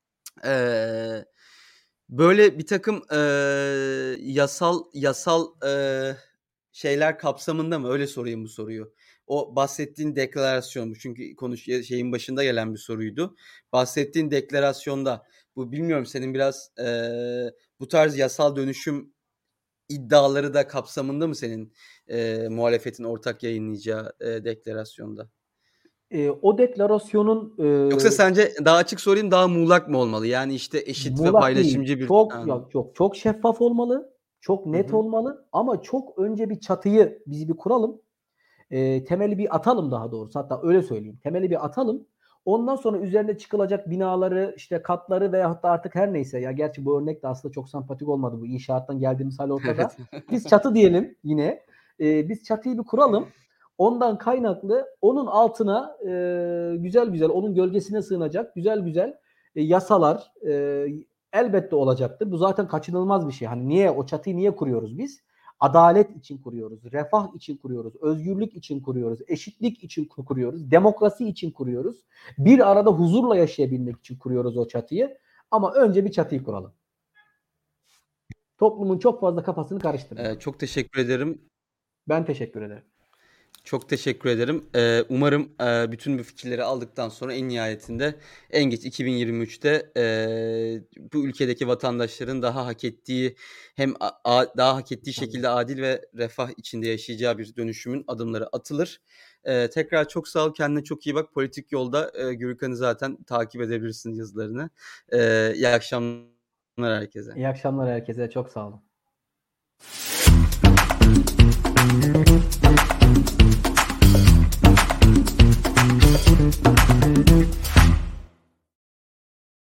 Ee, Böyle bir takım e, yasal yasal e, şeyler kapsamında mı? Öyle sorayım bu soruyu. O bahsettiğin deklarasyon, bu çünkü konuş şeyin başında gelen bir soruydu. Bahsettiğin deklarasyonda, bu bilmiyorum, senin biraz e, bu tarz yasal dönüşüm iddiaları da kapsamında mı senin e, muhalefetin ortak yayınlayacağı e, deklarasyonda? E, o deklarasyonun e, Yoksa sence, daha açık sorayım, daha muğlak mı olmalı? Yani işte eşit ve muğlak değil. paylaşımcı bir... Çok ya Anladım. çok çok şeffaf olmalı. Çok Hı net hı. olmalı ama çok önce bir çatıyı biz bir kuralım. E, temeli bir atalım daha doğrusu. Hatta öyle söyleyeyim. Temeli bir atalım. Ondan sonra üzerine çıkılacak binaları, işte katları veya hatta artık her neyse, ya gerçi bu örnek de aslında çok sempatik olmadı. Bu inşaattan geldiğimiz hal Evet. ortada. Biz çatı diyelim yine. E, biz çatıyı bir kuralım. Ondan kaynaklı onun altına e, güzel güzel onun gölgesine sığınacak güzel güzel e, yasalar e, elbette olacaktır. Bu zaten kaçınılmaz bir şey. Hani niye o çatıyı niye kuruyoruz biz? Adalet için kuruyoruz, refah için kuruyoruz, özgürlük için kuruyoruz, eşitlik için kuruyoruz, demokrasi için kuruyoruz. Bir arada huzurla yaşayabilmek için kuruyoruz o çatıyı. Ama önce bir çatıyı kuralım. Toplumun çok fazla kafasını Ee, karıştırmayalım. çok teşekkür ederim. Ben teşekkür ederim. Çok teşekkür ederim. Eee, umarım eee, bütün bu fikirleri aldıktan sonra en nihayetinde en geç iki bin yirmi üçte eee, bu ülkedeki vatandaşların daha hak ettiği hem a- a- daha hak ettiği İnşallah. şekilde adil ve refah içinde yaşayacağı bir dönüşümün adımları atılır. Eee, tekrar çok sağ ol, kendine çok iyi bak. Politik yolda eee Gürkan'ı zaten takip edebilirsin yazılarını. Eee iyi akşamlar herkese. İyi akşamlar herkese. Çok sağ olun.